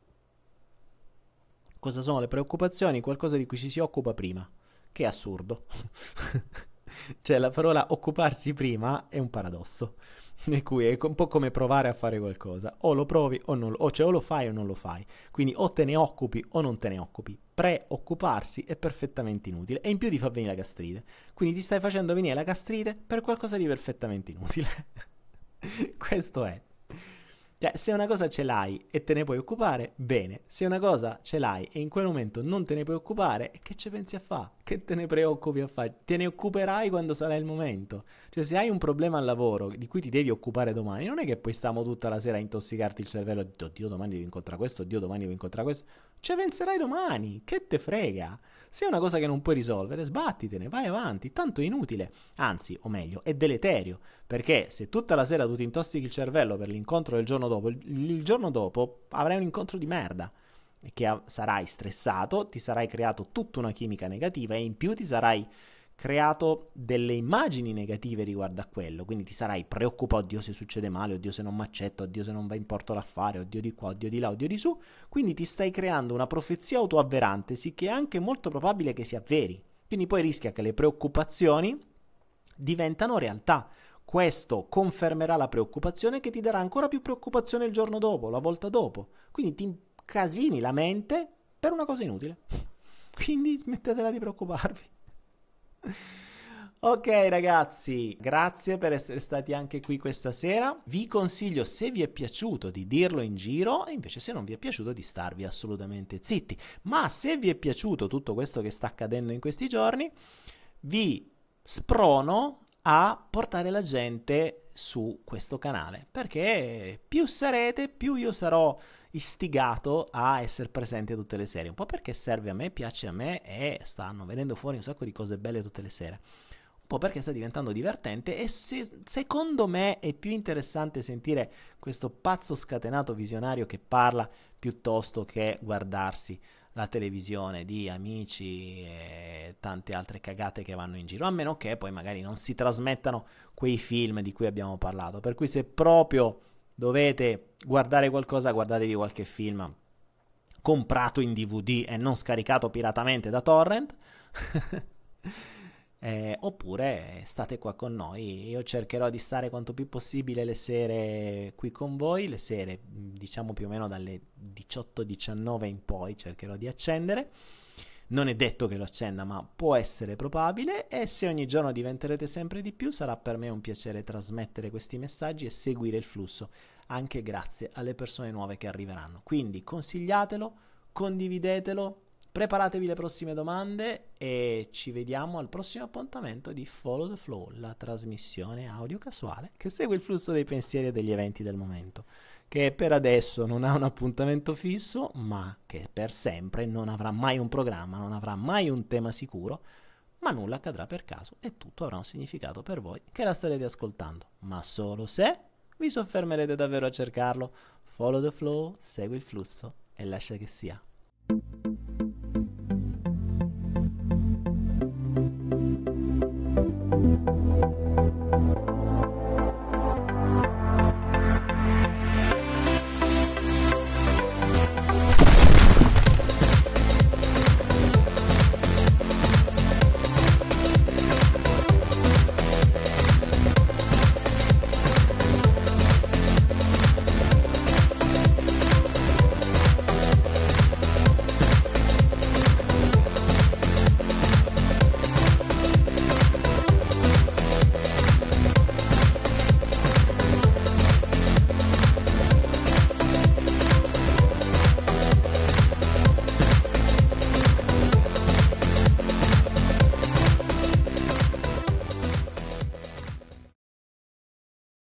Cosa sono le preoccupazioni? Qualcosa di cui ci si occupa prima, che è assurdo. Cioè la parola occuparsi prima è un paradosso, in cui è un po' come provare a fare qualcosa, o lo provi o non lo, o lo fai o non lo fai, quindi o te ne occupi o non te ne occupi. Preoccuparsi è perfettamente inutile e in più ti fa venire la gastrite, quindi ti stai facendo venire la gastrite per qualcosa di perfettamente inutile. Questo è. Cioè, se una cosa ce l'hai e te ne puoi occupare, bene. Se una cosa ce l'hai e in quel momento non te ne puoi occupare, che ci pensi a fare? Che te ne preoccupi a fare? Te ne occuperai quando sarà il momento. Cioè, se hai un problema al lavoro di cui ti devi occupare domani, non è che poi stiamo tutta la sera a intossicarti il cervello e dire, oddio, domani devo incontrare questo, oddio, domani devo incontrare questo. Ci penserai domani, che te frega? Se è una cosa che non puoi risolvere, sbattitene, vai avanti, tanto è inutile. Anzi, o meglio, è deleterio. Perché se tutta la sera tu ti intossichi il cervello per l'incontro del giorno dopo, il giorno dopo avrai un incontro di merda. Che sarai stressato, ti sarai creato tutta una chimica negativa e in più ti sarai creato delle immagini negative riguardo a quello. Quindi ti sarai preoccupato, oddio se succede male, oddio se non mi accetto, oddio se non va in porto l'affare, oddio di qua, oddio di là, oddio di su. Quindi ti stai creando una profezia autoavverantesi che è anche molto probabile che si avveri. Quindi poi rischia che le preoccupazioni diventano realtà. Questo confermerà la preoccupazione che ti darà ancora più preoccupazione il giorno dopo, la volta dopo. Quindi ti incasini la mente per una cosa inutile. Quindi smettetela di preoccuparvi. Ok ragazzi, grazie per essere stati anche qui questa sera. Vi consiglio, se vi è piaciuto, di dirlo in giro e invece se non vi è piaciuto di starvi assolutamente zitti. Ma se vi è piaciuto tutto questo che sta accadendo in questi giorni, vi sprono a portare la gente su questo canale, perché più sarete, più io sarò istigato a essere presente tutte le sere, un po' perché serve a me, piace a me e stanno venendo fuori un sacco di cose belle tutte le sere, un po' perché sta diventando divertente e secondo me è più interessante sentire questo pazzo scatenato visionario che parla piuttosto che guardarsi la televisione di amici e tante altre cagate che vanno in giro, a meno che poi magari non si trasmettano quei film di cui abbiamo parlato. Per cui se proprio dovete guardare qualcosa, guardatevi qualche film comprato in DVD e non scaricato piratamente da torrent. Oppure state qua con noi. Io cercherò di stare quanto più possibile le sere qui con voi, le sere diciamo più o meno dalle 18-19 in poi cercherò di accendere. Non è detto che lo accenda, ma può essere probabile, e se ogni giorno diventerete sempre di più sarà per me un piacere trasmettere questi messaggi e seguire il flusso, anche grazie alle persone nuove che arriveranno. Quindi consigliatelo, condividetelo, preparatevi le prossime domande e ci vediamo al prossimo appuntamento di Follow the Flow, la trasmissione audio casuale che segue il flusso dei pensieri e degli eventi del momento, che per adesso non ha un appuntamento fisso, ma che per sempre non avrà mai un programma, non avrà mai un tema sicuro, ma nulla accadrà per caso e tutto avrà un significato per voi che la starete ascoltando, ma solo se vi soffermerete davvero a cercarlo. Follow the flow, segui il flusso e lascia che sia.